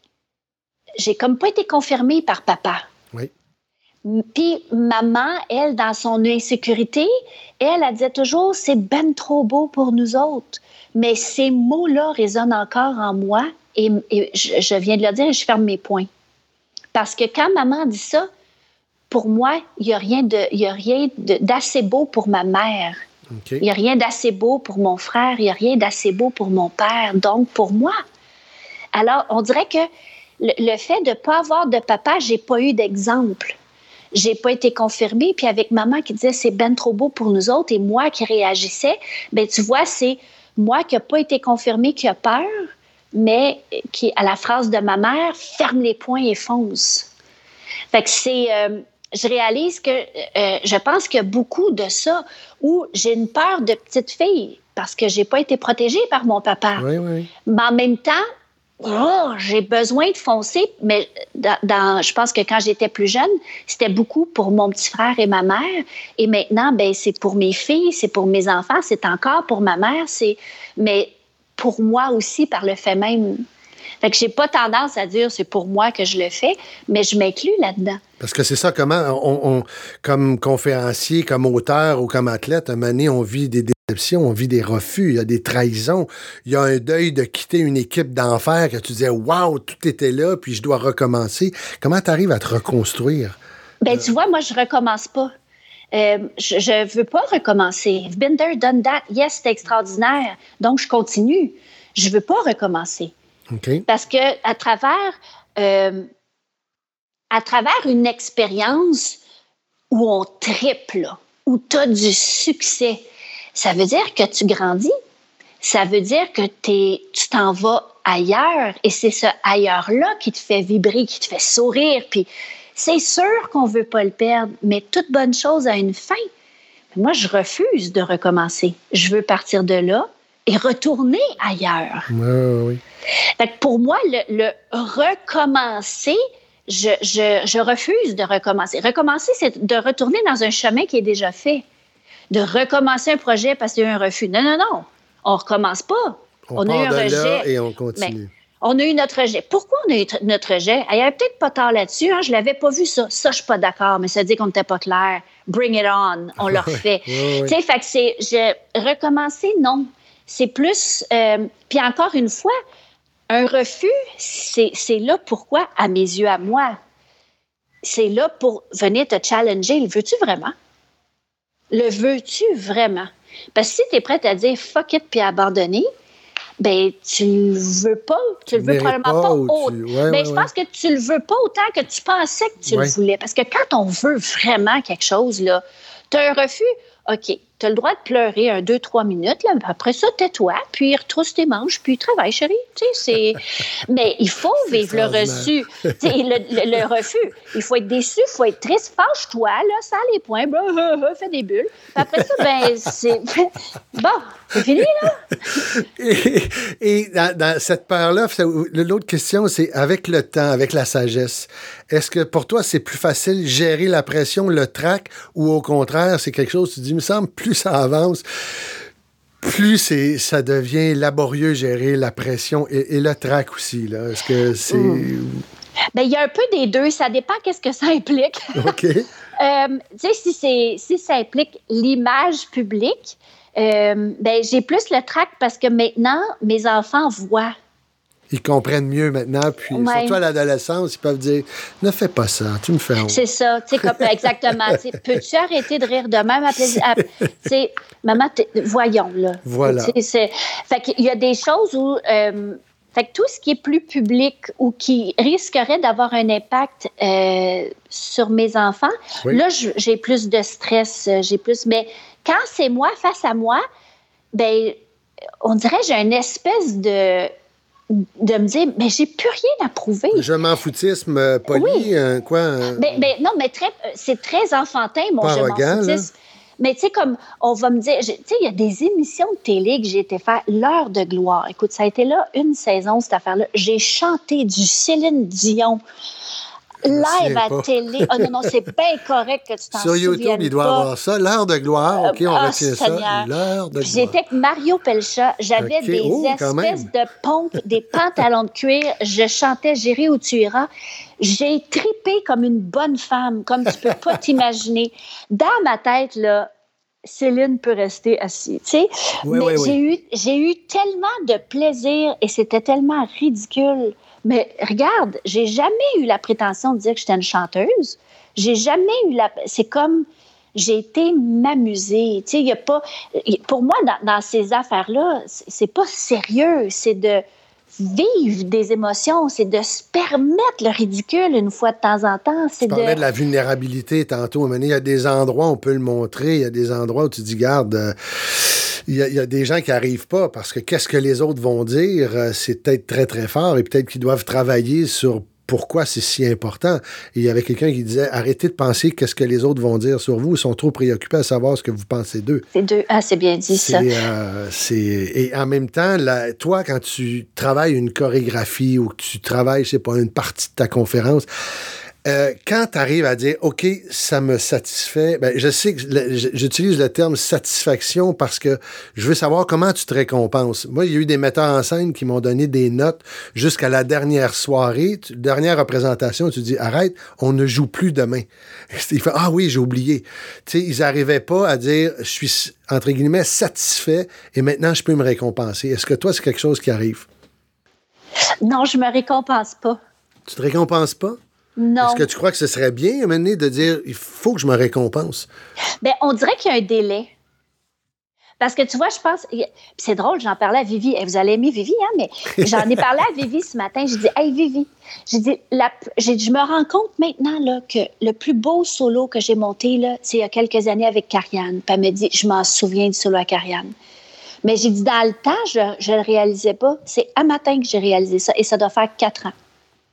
comme pas été confirmée par papa. Oui. Puis maman, elle, dans son insécurité, elle disait toujours « c'est ben trop beau pour nous autres ». Mais ces mots-là résonnent encore en moi et je viens de le dire et je ferme mes poings. Parce que quand maman dit ça, pour moi, il n'y a rien d'assez beau pour ma mère. Okay. Il n'y a rien d'assez beau pour mon frère. Il n'y a rien d'assez beau pour mon père. Donc, pour moi. Alors, on dirait que le fait de ne pas avoir de papa, je n'ai pas eu d'exemple. J'ai pas été confirmée. Puis avec maman qui disait « c'est ben trop beau pour nous autres » et moi qui réagissais, bien, tu vois, c'est moi qui n'ai pas été confirmée qui a peur, mais qui, à la phrase de ma mère, ferme les poings et fonce. Fait que c'est... je réalise que je pense qu'il y a beaucoup de ça où j'ai une peur de petite fille parce que j'ai pas été protégée par mon papa. Oui, oui. Mais en même temps, j'ai besoin de foncer, mais je pense que quand j'étais plus jeune, c'était beaucoup pour mon petit frère et ma mère. Et maintenant, ben, c'est pour mes filles, c'est pour mes enfants, c'est encore pour ma mère, mais pour moi aussi par le fait même. Fait que j'ai pas tendance à dire c'est pour moi que je le fais, mais je m'inclus là-dedans. Parce que c'est ça, comment comme conférencier, comme auteur ou comme athlète, à un moment donné, on vit des déceptions, on vit des refus, il y a des trahisons, il y a un deuil de quitter une équipe d'enfer que tu disais « Wow, tout était là, puis je dois recommencer ». Comment tu arrives à te reconstruire? Ben tu vois, moi, je recommence pas. Je veux pas recommencer. I've been there, done that. Yes, c'est extraordinaire. Donc, je continue. Je veux pas recommencer. Okay. Parce que à travers une expérience où on triple, où tu as du succès, ça veut dire que tu grandis. Ça veut dire que tu t'en vas ailleurs. Et c'est ce ailleurs-là qui te fait vibrer, qui te fait sourire. Puis c'est sûr qu'on ne veut pas le perdre, mais toute bonne chose a une fin. Moi, je refuse de recommencer. Je veux partir de là et retourner ailleurs. Oui. Fait que pour moi, le recommencer, je refuse de recommencer. Recommencer, c'est de retourner dans un chemin qui est déjà fait. De recommencer un projet parce qu'il y a eu un refus. Non. On ne recommence pas. On a eu un rejet. Et on continue. On a eu notre rejet. Pourquoi on a eu notre rejet? Il n'y avait peut-être pas tard là-dessus. Hein? Je ne l'avais pas vu, ça. Ça, je ne suis pas d'accord, mais ça dit qu'on n'était pas clair. Bring it on. On le refait. Oui. Tu sais, fait que recommencer, non. C'est plus... puis encore une fois, un refus, c'est là pourquoi, à mes yeux, à moi, c'est là pour venir te challenger. Le veux-tu vraiment? Le veux-tu vraiment? Parce que si tu es prête à dire « fuck it » puis à abandonner, ben tu le veux pas, tu le veux probablement pas autant. Je pense que tu le veux pas autant que tu pensais que tu le voulais. Parce que quand on veut vraiment quelque chose, là, tu as un refus, OK, Tu as le droit de pleurer 2-3 minutes. Là, après ça, tais-toi, puis retrousse tes manches, puis travaille, chérie. Mais il faut vivre le reçu, le refus. Il faut être déçu, il faut être triste. Fâche-toi, là, ça a les poings, fais des bulles. Puis après ça, c'est... Bon, c'est fini, là. Et dans cette peur-là, l'autre question, c'est avec le temps, avec la sagesse, est-ce que pour toi, c'est plus facile gérer la pression, le trac, ou au contraire, c'est quelque chose, tu dis, il me semble, plus ça avance, plus ça devient laborieux gérer la pression et le trac aussi, là. Est-ce que c'est... Bien, il y a un peu des deux. Ça dépend qu'est-ce que ça implique. OK. Tu sais, si ça implique l'image publique, ben, j'ai plus le trac parce que maintenant, mes enfants voient. Ils comprennent mieux maintenant, puis surtout à l'adolescence, ils peuvent dire « Ne fais pas ça, tu me fais honte. » C'est ça, tu sais, exactement. Peux-tu arrêter de rire de même? Tu sais, maman, voyons, là. Voilà. Fait qu'il y a des choses où... fait que tout ce qui est plus public ou qui risquerait d'avoir un impact sur mes enfants, là, j'ai plus de stress, Mais quand c'est moi, face à moi, ben, on dirait que j'ai une espèce de me dire, mais j'ai plus rien à prouver. Je m'en foutisme poli, quoi? Non, mais c'est très enfantin, mon je m'en foutisme. Mais tu sais, comme on va me dire, tu sais, il y a des émissions de télé que j'ai été faire, l'heure de gloire. Écoute, ça a été là une saison, cette affaire-là. J'ai chanté du Céline Dion live à télé. Oh non, c'est bien correct que tu t'en souviennes. Sur YouTube, il doit avoir ça, l'heure de gloire. OK, on retient Seigneur. Ça. L'heure de gloire. J'étais avec Mario Pelcha. J'avais des espèces de pompes, des pantalons de cuir. Je chantais J'irai où tu iras. J'ai tripé comme une bonne femme, comme tu peux pas t'imaginer. Dans ma tête, là, Céline peut rester assise, tu sais. Mais j'ai eu tellement de plaisir et c'était tellement ridicule. Mais regarde, j'ai jamais eu la prétention de dire que j'étais une chanteuse. J'ai jamais eu c'est comme... J'ai été m'amuser. Tu sais, il y a pas... Pour moi, dans ces affaires-là, c'est pas sérieux. C'est de vivre des émotions. C'est de se permettre le ridicule une fois de temps en temps. Tu parlais de la vulnérabilité tantôt. Il y a des endroits où on peut le montrer. Il y a des endroits où tu dis, garde... Il y a des gens qui n'arrivent pas parce que qu'est-ce que les autres vont dire, c'est peut-être très, très fort et peut-être qu'ils doivent travailler sur pourquoi c'est si important. Et il y avait quelqu'un qui disait, arrêtez de penser qu'est-ce que les autres vont dire sur vous. Ils sont trop préoccupés à savoir ce que vous pensez d'eux. C'est bien dit, ça. Et en même temps, toi, quand tu travailles une chorégraphie ou que tu travailles, je sais pas, une partie de ta conférence, quand tu arrives à dire « OK, ça me satisfait », ben, je sais que j'utilise le terme « satisfaction » parce que je veux savoir comment tu te récompenses. Moi, il y a eu des metteurs en scène qui m'ont donné des notes jusqu'à la dernière soirée, dernière représentation, tu dis « Arrête, on ne joue plus demain ». Il fait « Ah oui, j'ai oublié ». Tu sais, ils n'arrivaient pas à dire « Je suis, entre guillemets, satisfait et maintenant, je peux me récompenser ». Est-ce que toi, c'est quelque chose qui arrive? Non, je me récompense pas. Tu te récompenses pas? Non. Est-ce que tu crois que ce serait bien, maintenant, de dire il faut que je me récompense? Bien, on dirait qu'il y a un délai. Parce que tu vois, je pense... C'est drôle, j'en parlais à Vivi. Vous allez aimer Vivi, hein? Mais j'en ai parlé à Vivi ce matin. J'ai dit, hey, Vivi, je me rends compte maintenant là, que le plus beau solo que j'ai monté, là, c'est il y a quelques années avec Karianne. Puis elle me dit, je m'en souviens du solo à Karianne. Mais j'ai dit, dans le temps, je ne le réalisais pas. C'est à matin que j'ai réalisé ça. Et ça doit faire 4 ans.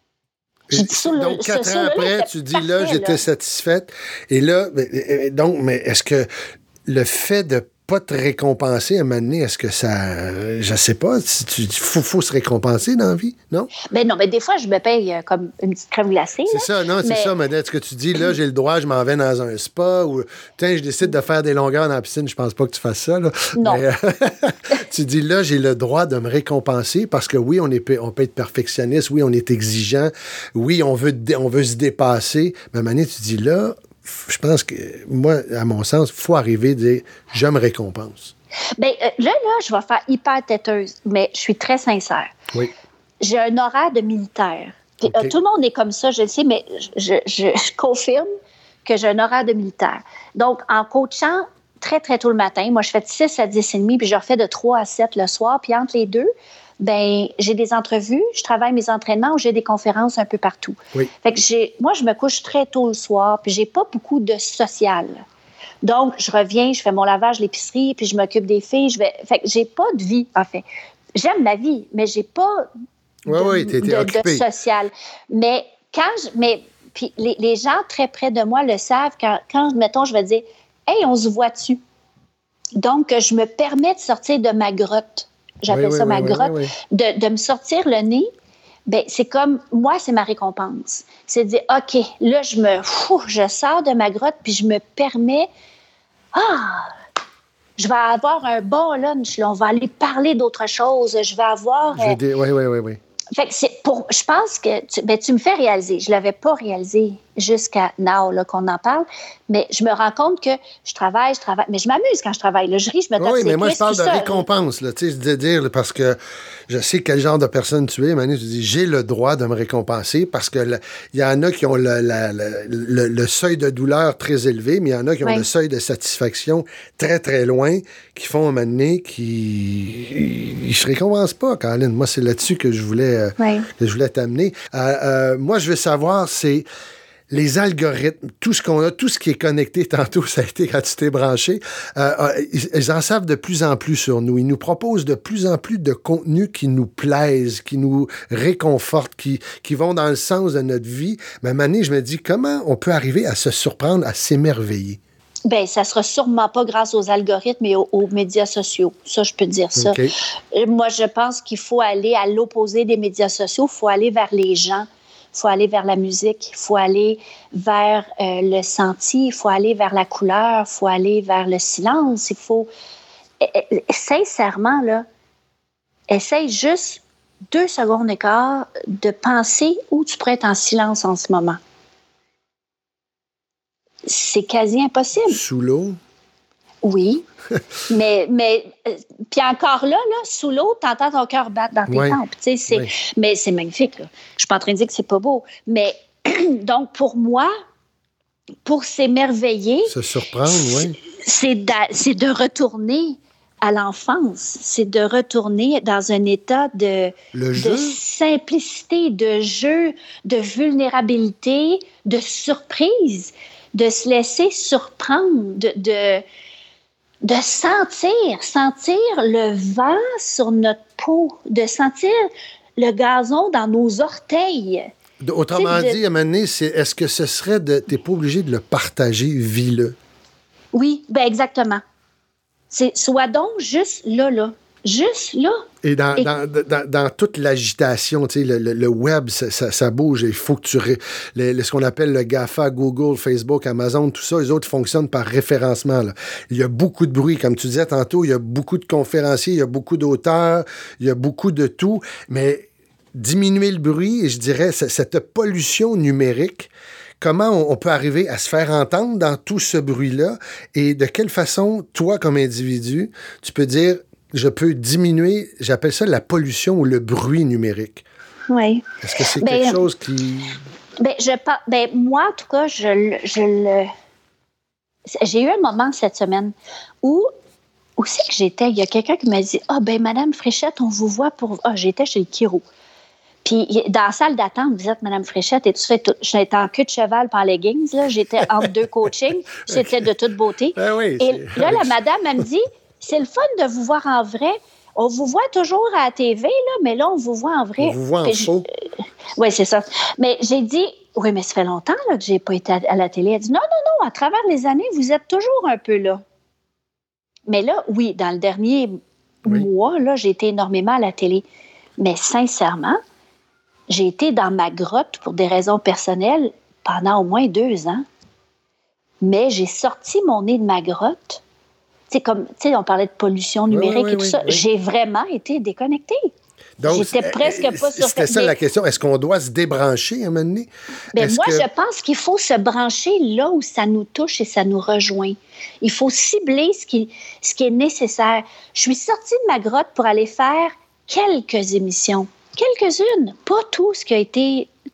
Donc, 4 ans après, tu dis, là, j'étais satisfaite. Et là, mais est-ce que le fait de pas te récompenser à un moment donné, est-ce que ça... Je sais pas, il faut se récompenser dans la vie, non? Ben non, mais des fois, je me paye comme une petite crème glacée. C'est ça, non, c'est ça, mais est-ce que tu dis, là, j'ai le droit, je m'en vais dans un spa ou, tiens, je décide de faire des longueurs dans la piscine, je pense pas que tu fasses ça, là. Non. Mais, tu dis, là, j'ai le droit de me récompenser parce que oui, on peut être perfectionniste, oui, on est exigeant, oui, on veut se dépasser, mais à un moment donné, tu dis, là, je pense que, moi, à mon sens, il faut arriver à dire « je me récompense ». Bien, là, je vais faire hyper têteuse, mais je suis très sincère. Oui. J'ai un horaire de militaire. Puis, okay. Tout le monde est comme ça, je le sais, mais je confirme que j'ai un horaire de militaire. Donc, en coachant très, très tôt le matin, moi, je fais de 6 à 10h30, puis je refais de 3 à 7 le soir, puis entre les deux, ben j'ai des entrevues, je travaille mes entraînements ou j'ai des conférences un peu partout. Oui. Fait que moi, je me couche très tôt le soir, puis j'ai pas beaucoup de social. Donc, je reviens, je fais mon lavage, l'épicerie, puis je m'occupe des filles. Fait que j'ai pas de vie, en fait. J'aime ma vie, mais j'ai pas de social. Mais puis les gens très près de moi le savent quand mettons, je vais dire « Hey, on se voit-tu? » Donc, je me permets de sortir de ma grotte. J'appelle ça ma grotte. De me sortir le nez. Bien, c'est comme, moi, c'est ma récompense. C'est de dire, OK, là, je sors de ma grotte, puis je me permets, je vais avoir un bon lunch, là, on va aller parler d'autre chose, je vais avoir... Oui. Fait que je pense que tu me fais réaliser. Je l'avais pas réalisé jusqu'à now, là, qu'on en parle, mais je me rends compte que je travaille, mais je m'amuse quand je travaille. Là, je ris, je me tape Oui, ses mais moi, je cuisses, parle de tout ça, récompense, là, tu sais, de dire, parce que je sais quel genre de personne tu es, Manu, tu dis, j'ai le droit de me récompenser, parce que il y en a qui ont le seuil de douleur très élevé, mais il y en a qui ont le seuil de satisfaction très, très loin, qui font un moment donné ils se récompensent pas, Caroline. Moi, c'est là-dessus que je voulais t'amener. Moi, je veux savoir, c'est les algorithmes, tout ce qu'on a, tout ce qui est connecté, tantôt, ça a été quand tu t'es branché, ils en savent de plus en plus sur nous. Ils nous proposent de plus en plus de contenus qui nous plaisent, qui nous réconfortent, qui vont dans le sens de notre vie. Mais à un moment donné, je me dis, comment on peut arriver à se surprendre, à s'émerveiller? Bien, ça ne sera sûrement pas grâce aux algorithmes et aux médias sociaux. Ça, je peux te dire ça. Okay. Moi, je pense qu'il faut aller à l'opposé des médias sociaux. Il faut aller vers les gens. Il faut aller vers la musique. Il faut aller vers le senti. Il faut aller vers la couleur. Il faut aller vers le silence. Il faut... Sincèrement, là, essaye juste 2 secondes et quart de penser où tu pourrais être en silence en ce moment. C'est quasi impossible. Sous l'eau? Oui. mais puis encore là, sous l'eau, t'entends ton cœur battre dans tes tempes. Mais c'est magnifique. Là. Je suis pas en train de dire que c'est pas beau. Mais donc, pour moi, pour s'émerveiller... Se surprendre, oui. C'est de retourner à l'enfance. C'est de retourner dans un état de simplicité, de jeu, de vulnérabilité, de surprise, de se laisser surprendre, de sentir le vent sur notre peau, de sentir le gazon dans nos orteils. Autrement dit, à un moment donné, est-ce que ce serait t'es pas obligé de le partager, vis-le? Oui, bien exactement. Sois donc juste là. Juste là. Et dans toute l'agitation, tu sais, le web, ça bouge. Il faut que ce qu'on appelle le GAFA, Google, Facebook, Amazon, tout ça, les autres fonctionnent par référencement. Là. Il y a beaucoup de bruit. Comme tu disais tantôt, il y a beaucoup de conférenciers, il y a beaucoup d'auteurs, il y a beaucoup de tout. Mais diminuer le bruit, et je dirais, cette pollution numérique, comment on peut arriver à se faire entendre dans tout ce bruit-là et de quelle façon, toi, comme individu, tu peux dire... Je peux diminuer, j'appelle ça la pollution ou le bruit numérique. Oui. Est-ce que c'est quelque chose qui... Moi, en tout cas, j'ai eu un moment cette semaine où c'est que j'étais, il y a quelqu'un qui m'a dit « Madame Fréchette, on vous voit pour... » j'étais chez le chiro. Puis, dans la salle d'attente, vous êtes Mme Fréchette et tu fais tout. J'étais en queue de cheval par leggings, là. J'étais entre 2 coachings. J'étais de toute beauté. Et là, la madame, elle me dit... C'est le fun de vous voir en vrai. On vous voit toujours à la TV, là, mais là, on vous voit en vrai. On vous voit en faux. Oui, c'est ça. Mais j'ai dit, oui, mais ça fait longtemps là, que je n'ai pas été à la télé. Elle dit, non, à travers les années, vous êtes toujours un peu là. Mais là, oui, dans le dernier mois, là, j'ai été énormément à la télé. Mais sincèrement, j'ai été dans ma grotte pour des raisons personnelles pendant au moins 2 ans. Mais j'ai sorti mon nez de ma grotte. On parlait de pollution numérique et tout ça. J'ai vraiment été déconnectée. Donc, j'étais presque pas sur... C'était ça la question. Est-ce qu'on doit se débrancher à un moment donné? Je pense qu'il faut se brancher là où ça nous touche et ça nous rejoint. Il faut cibler ce qui est nécessaire. Je suis sortie de ma grotte pour aller faire quelques émissions. Quelques-unes. Pas tout ce qui a été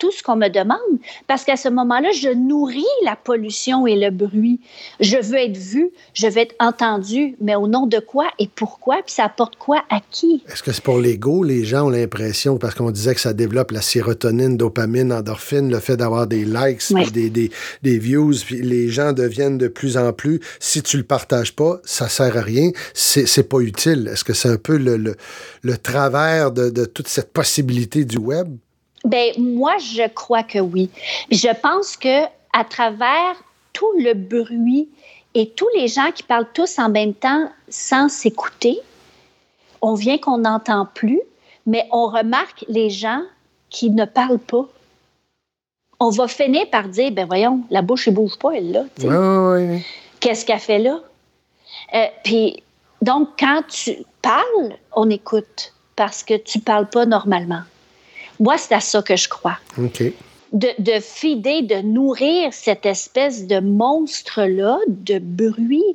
tout ce qu'on me demande, parce qu'à ce moment-là, je nourris la pollution et le bruit. Je veux être vue, je veux être entendue, mais au nom de quoi et pourquoi, puis ça apporte quoi à qui? Est-ce que c'est pour l'ego? Les gens ont l'impression, parce qu'on disait que ça développe la sérotonine, dopamine, endorphine, le fait d'avoir des likes, Oui. puis des views, puis les gens deviennent de plus en plus, si tu le partages pas, ça sert à rien, c'est pas utile. Est-ce que c'est un peu le travers de toute cette possibilité du web? Ben moi, je crois que oui. Je pense que à travers tout le bruit et tous les gens qui parlent tous en même temps sans s'écouter, on vient qu'on n'entend plus, mais on remarque les gens qui ne parlent pas. On va finir par dire, ben voyons, la bouche, elle bouge pas, elle, là. Oui. Qu'est-ce qu'elle fait là? Puis, donc, quand tu parles, on écoute parce que tu parles pas normalement. Moi, c'est à ça que je crois. OK. De feeder, de nourrir cette espèce de monstre-là, de bruit,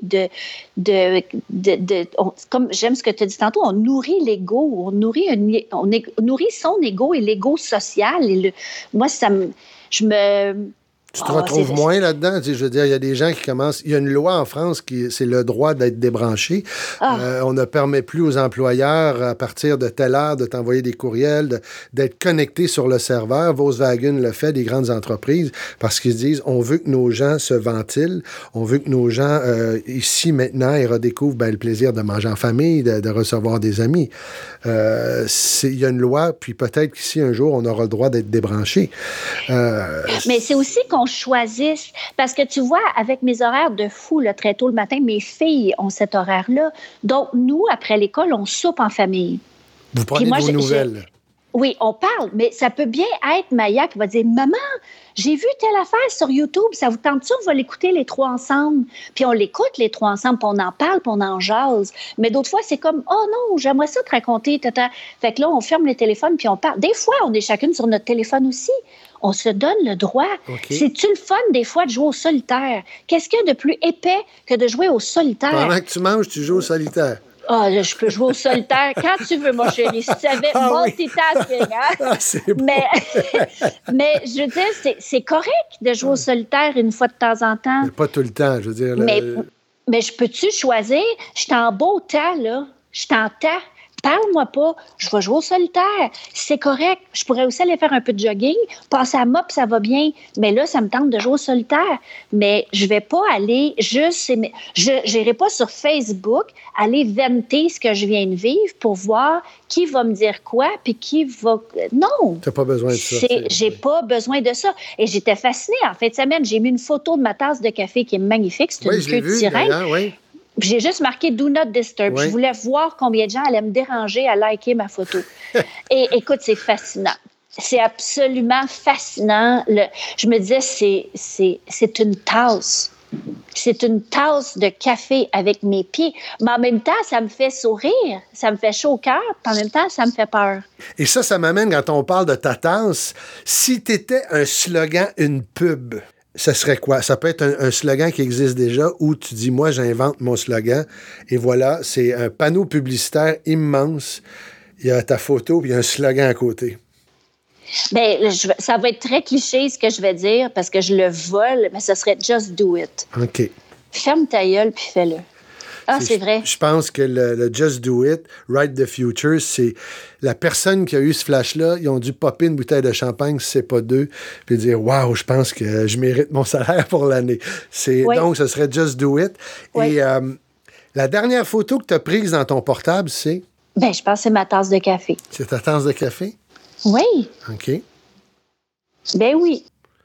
comme j'aime ce que tu as dit tantôt, on nourrit l'ego, on nourrit son ego et l'ego social. Moi, Tu te retrouves moins là-dedans? Je veux dire, il y a des gens qui commencent... Il y a une loi en France c'est le droit d'être débranché. On ne permet plus aux employeurs, à partir de telle heure, de t'envoyer des courriels, d'être connecté sur le serveur. Volkswagen le fait, des grandes entreprises, parce qu'ils disent, on veut que nos gens se ventilent, on veut que nos gens, ici, maintenant, ils redécouvrent le plaisir de manger en famille, de recevoir des amis. Il y a une loi, puis peut-être qu'ici, un jour, on aura le droit d'être débranché. Mais c'est aussi qu'on choisisse, parce que tu vois, avec mes horaires de fou, là, très tôt le matin, mes filles ont cet horaire-là. Donc, nous, après l'école, on soupe en famille. Vous prenez vos nouvelles. Oui, on parle, mais ça peut bien être Maya qui va dire « Maman, j'ai vu telle affaire sur YouTube, ça vous tente-tu? On va l'écouter les trois ensemble. » Puis on l'écoute les trois ensemble, puis on en parle, puis on en jase. Mais d'autres fois, c'est comme « Oh non, j'aimerais ça te raconter. » Fait que là, on ferme les téléphones, puis on parle. Des fois, on est chacune sur notre téléphone aussi. On se donne le droit. Okay. C'est-tu le fun, des fois, de jouer au solitaire? Qu'est-ce qu'il y a de plus épais que de jouer au solitaire? Pendant que tu manges, tu joues au solitaire. Ah, je peux jouer au solitaire quand tu veux, mon chéri. Si tu savais, multitasking, hein? Ah, c'est bon. Mais je veux dire, c'est correct de jouer au solitaire une fois de temps en temps. Mais pas tout le temps, je veux dire. Mais je peux-tu choisir? Je suis en beau temps, là. Je suis en temps. Parle-moi pas, je vais jouer au solitaire. C'est correct. Je pourrais aussi aller faire un peu de jogging, passer à mop, ça va bien. Mais là, ça me tente de jouer au solitaire. Mais je vais pas aller juste... Je n'irai pas sur Facebook aller vanter ce que je viens de vivre pour voir qui va me dire quoi, puis qui va... Non! Tu n'as pas besoin de ça. J'ai pas besoin de ça. Et j'étais fascinée. En fin de semaine, j'ai mis une photo de ma tasse de café qui est magnifique. C'est une queue de sirène. Oui. J'ai juste marqué « Do not disturb ». Oui. Je voulais voir combien de gens allaient me déranger à liker ma photo. Et écoute, c'est fascinant. C'est absolument fascinant. Je me disais, c'est une tasse. C'est une tasse de café avec mes pieds. Mais en même temps, ça me fait sourire. Ça me fait chaud au cœur. Puis en même temps, ça me fait peur. Et ça m'amène, quand on parle de ta tasse, si tu étais un slogan, une pub... Ça serait quoi? Ça peut être un slogan qui existe déjà où tu dis, moi, j'invente mon slogan. Et voilà, c'est un panneau publicitaire immense. Il y a ta photo puis il y a un slogan à côté. Bien, ça va être très cliché ce que je vais dire parce que je le vole, mais ce serait « Just do it ». OK. Ferme ta gueule puis fais-le. Ah, c'est vrai. Je pense que le Just Do It, Write the Future, c'est la personne qui a eu ce flash-là, ils ont dû popper une bouteille de champagne, si c'est pas deux, puis dire « Wow, je pense que je mérite mon salaire pour l'année. » Oui. Donc, ce serait Just Do It. Oui. Et la dernière photo que tu as prise dans ton portable, c'est? Bien, je pense que c'est ma tasse de café. C'est ta tasse de café? Oui. OK. Ben oui.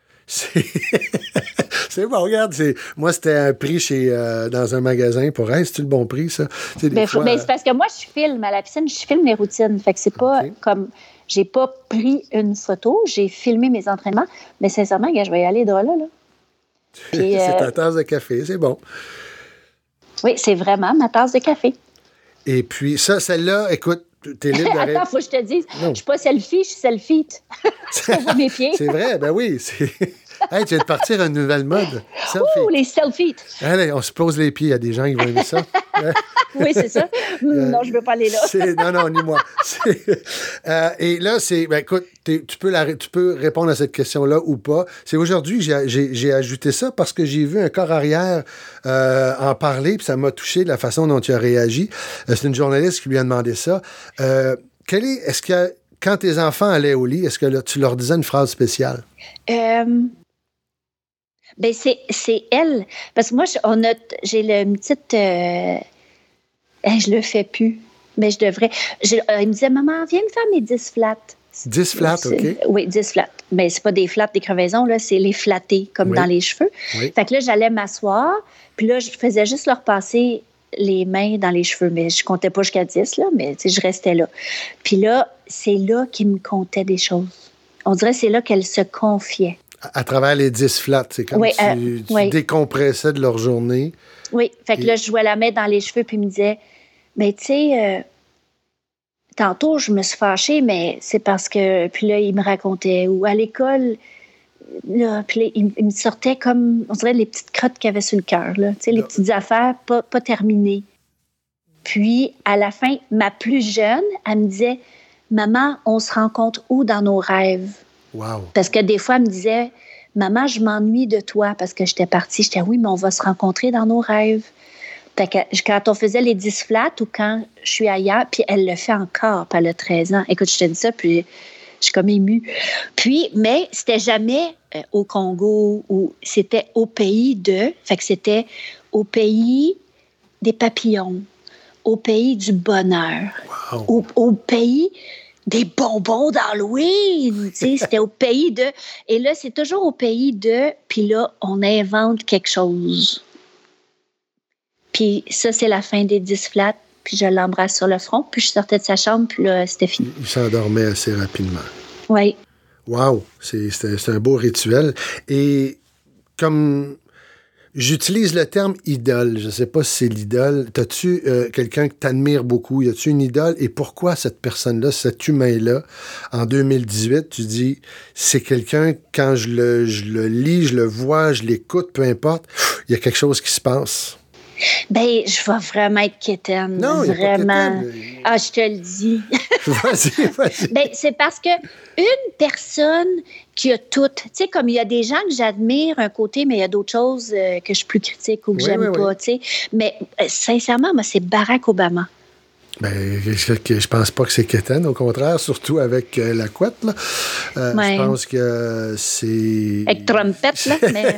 C'est bon, regarde, moi, c'était un prix dans un magasin pour « Hey, c'est-tu le bon prix, ça? » C'est parce que moi, je filme à la piscine, je filme les routines. Fait que c'est pas comme... J'ai pas pris une photo, j'ai filmé mes entraînements, mais sincèrement, je vais y aller de là. Puis, c'est ta tasse de café, c'est bon. Oui, c'est vraiment ma tasse de café. Et puis, celle-là, écoute, t'es libre d'arrêter. Attends, faut que je te dise, je suis pas selfie, je suis selfie. Je vois mes pieds. C'est vrai, ben oui. Hey, tu viens de partir à une nouvelle mode. Selfie. Ouh, les selfies. Allez, on se pose les pieds. Il y a des gens qui vont aimer ça. Oui, c'est ça. Non, je ne veux pas aller là. Non, ni moi. Et là, écoute, tu peux répondre à cette question-là ou pas. C'est aujourd'hui que j'ai ajouté ça parce que j'ai vu un corps arrière en parler, puis ça m'a touché de la façon dont tu as réagi. C'est une journaliste qui lui a demandé ça. Est-ce que quand tes enfants allaient au lit, est-ce que tu leur disais une phrase spéciale? C'est elle. Parce que moi, j'ai une petite... je le fais plus, mais je devrais. Il me disait, maman, viens me faire mes 10 flats. 10 flats, OK. Oui, 10 flats. Mais c'est pas des flats, des crevaisons, là, c'est les flattés, comme dans les cheveux. Oui. Fait que là, j'allais m'asseoir, puis là, je faisais juste leur passer les mains dans les cheveux. Mais je comptais pas jusqu'à 10, là, mais je restais là. Puis là, c'est là qu'ils me contaient des choses. On dirait que c'est là qu'elle se confiait. À travers les 10 flats, c'est comme tu décompressais de leur journée. Oui, fait que là, je jouais la main dans les cheveux, puis il me disait, mais tu sais, tantôt, je me suis fâchée, mais c'est parce que... Puis là, il me racontait, ou à l'école, là, puis là, il me sortait comme, on dirait, les petites crottes qu'il y avait sur le cœur, là, tu sais, les petites affaires pas terminées. Puis, à la fin, ma plus jeune, elle me disait, maman, on se rencontre où dans nos rêves? Wow. Parce que des fois, elle me disait, maman, je m'ennuie de toi parce que j'étais partie. J'étais, oui, mais on va se rencontrer dans nos rêves. Fait que quand on faisait les 10 flats ou quand je suis ailleurs, puis elle le fait encore, puis elle a 13 ans. Écoute, je te dis ça, puis je suis comme émue. Puis, mais c'était jamais au Congo ou c'était au pays de... Fait que c'était au pays des papillons, au pays du bonheur, au pays... des bonbons d'Halloween, tu sais, c'était au pays de... Et là, c'est toujours au pays de... Puis là, on invente quelque chose. Puis ça, c'est la fin des 10 flats. Puis je l'embrasse sur le front. Puis je sortais de sa chambre. Puis là, c'était fini. Il s'endormait assez rapidement. Oui. Wow! C'est un beau rituel. Et comme... J'utilise le terme idole. Je ne sais pas si c'est l'idole. T'as-tu quelqu'un que t'admires beaucoup? Y a-tu une idole? Et pourquoi cette personne-là, cet humain-là, en 2018, tu dis, c'est quelqu'un, quand je le lis, je le vois, je l'écoute, peu importe, il y a quelque chose qui se passe. Ben, je vais vraiment être quétaine. Non, vraiment. Quétaine. Ah, je te le dis. Vas-y. Ben, c'est parce que une personne qui a tout, tu sais, comme il y a des gens que j'admire un côté, mais il y a d'autres choses que je suis plus critique ou que j'aime pas, tu sais. Mais sincèrement, moi, c'est Barack Obama. Ben, je pense pas que c'est quétaine, au contraire, surtout avec la couette, là. Je pense que c'est... Avec trompette, là, mais...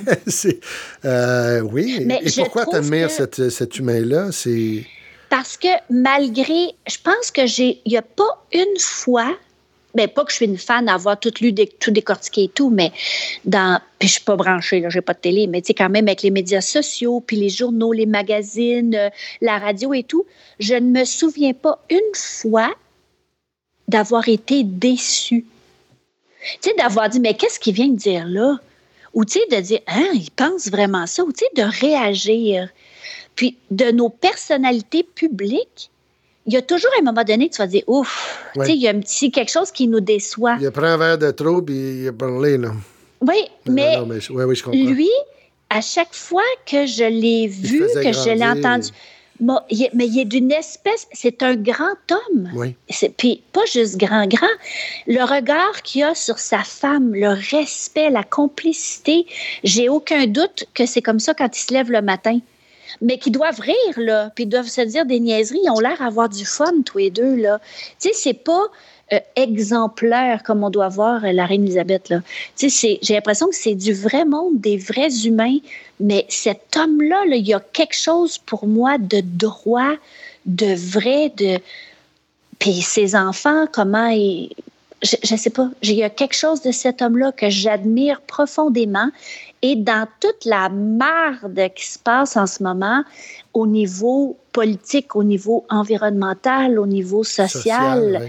oui. Mais et pourquoi t'admires cet humain-là? C'est... Parce que malgré... Je pense que il n'y a pas une fois... Ben, pas que je suis une fan d'avoir tout lu, tout décortiqué et tout, mais puis je suis pas branchée, là, j'ai pas de télé, mais tu sais, quand même, avec les médias sociaux, puis les journaux, les magazines, la radio et tout, je ne me souviens pas une fois d'avoir été déçue. Tu sais, d'avoir dit, mais qu'est-ce qu'il vient de dire là? Ou tu sais, de dire, il pense vraiment ça, ou tu sais, de réagir. Puis, de nos personnalités publiques, il y a toujours un moment donné que tu vas dire, ouf, tu sais, il y a un petit quelque chose qui nous déçoit. Il a pris un verre de trop, puis il a parlé, là. Oui, mais je comprends. lui, à chaque fois que je l'ai vu, que je l'ai entendu, mais il est d'une espèce, c'est un grand homme. Oui. Puis pas juste grand. Le regard qu'il a sur sa femme, le respect, la complicité, j'ai aucun doute que c'est comme ça quand il se lève le matin. Mais qui doivent rire, là, puis doivent se dire des niaiseries. Ils ont l'air d'avoir du fun, tous les deux, là. Tu sais, c'est pas exemplaire comme on doit voir la reine Elisabeth, là. Tu sais, j'ai l'impression que c'est du vrai monde, des vrais humains, mais cet homme-là, là, il y a quelque chose pour moi de droit, de vrai, de... Puis ses enfants, comment ils... Je sais pas, il y a quelque chose de cet homme-là que j'admire profondément. Et dans toute la merde qui se passe en ce moment, au niveau politique, au niveau environnemental, au niveau social,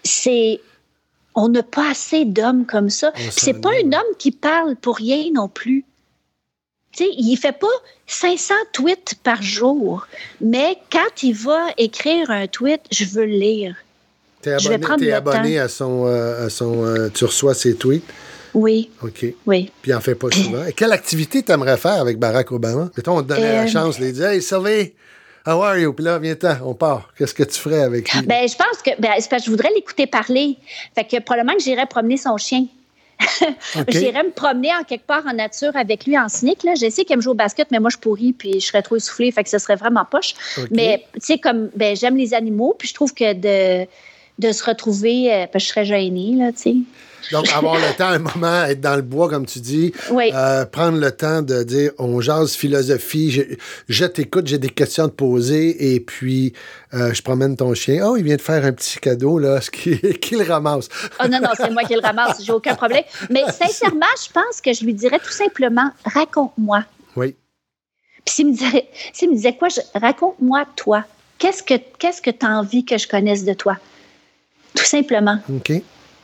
on n'a pas assez d'hommes comme ça. C'est pas un homme qui parle pour rien non plus. Tu sais, il fait pas 500 tweets par jour, mais quand il va écrire un tweet, je veux le lire. T'es abonné à son tu reçois ses tweets? Oui. OK. Oui. Puis il n'en fait pas souvent. Et quelle activité tu aimerais faire avec Barack Obama? Mettons, on te donnait la chance, il dit « Hey, Sylvie, how are you? » Puis là, viens-t'en, on part. Qu'est-ce que tu ferais avec lui? Je pense que c'est parce que je voudrais l'écouter parler. Fait que probablement que j'irais promener son chien. Okay. J'irais me promener en quelque part en nature avec lui en sneak. Là. Je sais qu'il aime jouer au basket, mais moi, je pourris puis je serais trop essoufflée, fait que ce serait vraiment poche. Okay. Mais, tu sais, comme, j'aime les animaux, puis je trouve que de se retrouver, je serais gênée, là, tu sais. Donc, avoir le temps, un moment, être dans le bois, comme tu dis, oui. Prendre le temps de dire, on jase philosophie, je t'écoute, j'ai des questions à te poser, et puis je promène ton chien. Oh, il vient de faire un petit cadeau, là, qui le ramasse. Oh non, c'est moi qui le ramasse, j'ai aucun problème. Mais sincèrement, je pense que je lui dirais tout simplement, raconte-moi. Oui. Puis s'il me disait quoi, raconte-moi toi. Qu'est-ce que tu as envie que je connaisse de toi? Tout simplement. OK.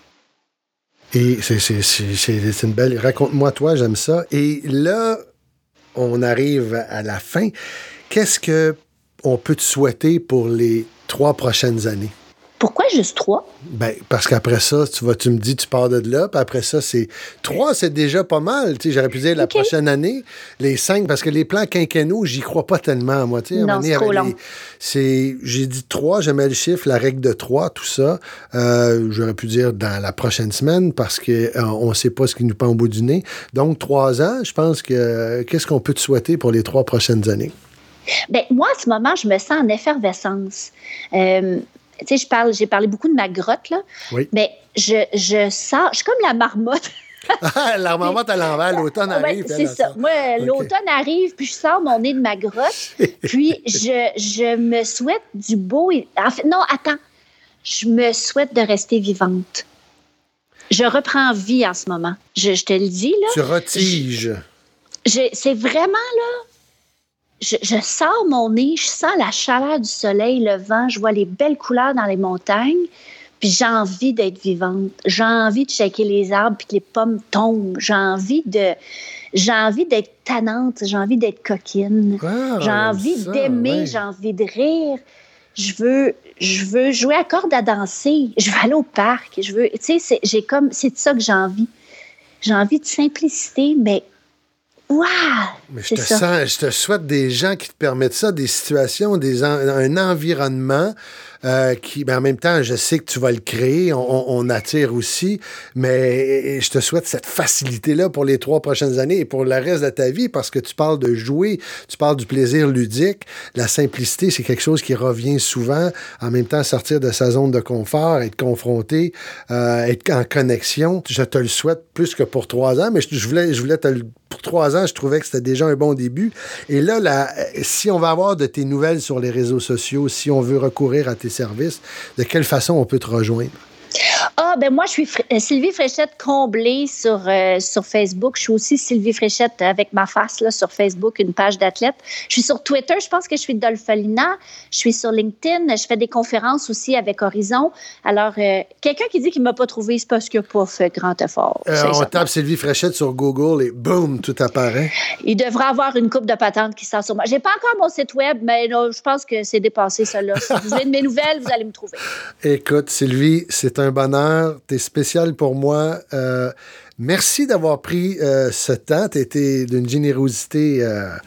Et c'est une belle... Raconte-moi, toi, j'aime ça. Et là, on arrive à la fin. Qu'est-ce qu'on peut te souhaiter pour les 3 prochaines années? Pourquoi juste 3? Parce qu'après ça, tu me dis, tu pars de là, puis après ça, 3, c'est déjà pas mal. Tu sais, j'aurais pu dire la prochaine année, les 5, parce que les plans quinquennaux, j'y crois pas tellement, moi. Tu sais, non, c'est trop long. J'ai dit 3, j'aimais le chiffre, la règle de 3, tout ça. J'aurais pu dire dans la prochaine semaine, parce qu'on sait pas ce qui nous pend au bout du nez. Donc, 3 ans, je pense que qu'est-ce qu'on peut te souhaiter pour les 3 prochaines années? Moi, en ce moment, je me sens en effervescence. Tu sais, j'ai parlé beaucoup de ma grotte, là. Oui. Mais je sors, je suis comme la marmotte. La marmotte à l'envers, l'automne arrive. C'est ça. Moi, l'automne arrive, puis je sors mon nez de ma grotte, puis je me souhaite du beau. En fait, non, attends. Je me souhaite de rester vivante. Je reprends vie en ce moment. Je te le dis, là. Tu retiges. C'est vraiment, là. Je sors mon nez, je sens la chaleur du soleil, le vent, je vois les belles couleurs dans les montagnes, puis j'ai envie d'être vivante. J'ai envie de shaker les arbres puis que les pommes tombent. J'ai envie d'être tannante, j'ai envie d'être coquine. J'ai envie d'aimer, j'ai envie de rire. Je veux jouer à corde à danser. Je veux aller au parc. Tu sais, c'est de ça que j'ai envie. J'ai envie de simplicité, mais wow! Mais je te souhaite des gens qui te permettent ça, des situations, un environnement qui, en même temps, je sais que tu vas le créer, on attire aussi, mais je te souhaite cette facilité-là pour les 3 prochaines années et pour le reste de ta vie, parce que tu parles de jouer, tu parles du plaisir ludique, la simplicité, c'est quelque chose qui revient souvent, en même temps, sortir de sa zone de confort, être confronté, être en connexion. Je te le souhaite plus que pour 3 ans, mais je voulais te le... Pour 3 ans, je trouvais que c'était déjà un bon début. Et là, si on va avoir de tes nouvelles sur les réseaux sociaux, si on veut recourir à tes services, de quelle façon on peut te rejoindre? Moi, je suis Sylvie Fréchette comblée sur Facebook. Je suis aussi Sylvie Fréchette avec ma face là, sur Facebook, une page d'athlète. Je suis sur Twitter, je pense que je suis Dolphalina. Je suis sur LinkedIn. Je fais des conférences aussi avec Horizon. Alors, quelqu'un qui dit qu'il ne m'a pas trouvé, c'est parce qu'il n'a pas fait grand effort. On tape Sylvie Fréchette sur Google et boum, tout apparaît. Il devrait avoir une coupe de patente qui sort sur moi. Je n'ai pas encore mon site web, mais non, je pense que c'est dépassé, ça là. Si vous avez de mes nouvelles, vous allez me trouver. Écoute, Sylvie, c'est un bonheur. T'es spécial pour moi. Merci d'avoir pris ce temps. T'étais d'une générosité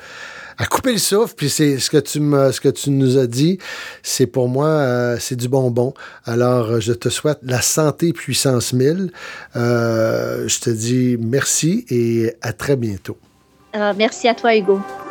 à couper le souffle. Puis c'est ce que tu nous as dit. C'est pour moi, c'est du bonbon. Alors, je te souhaite la santé puissance 1000. Je te dis merci et à très bientôt. Merci à toi, Hugo.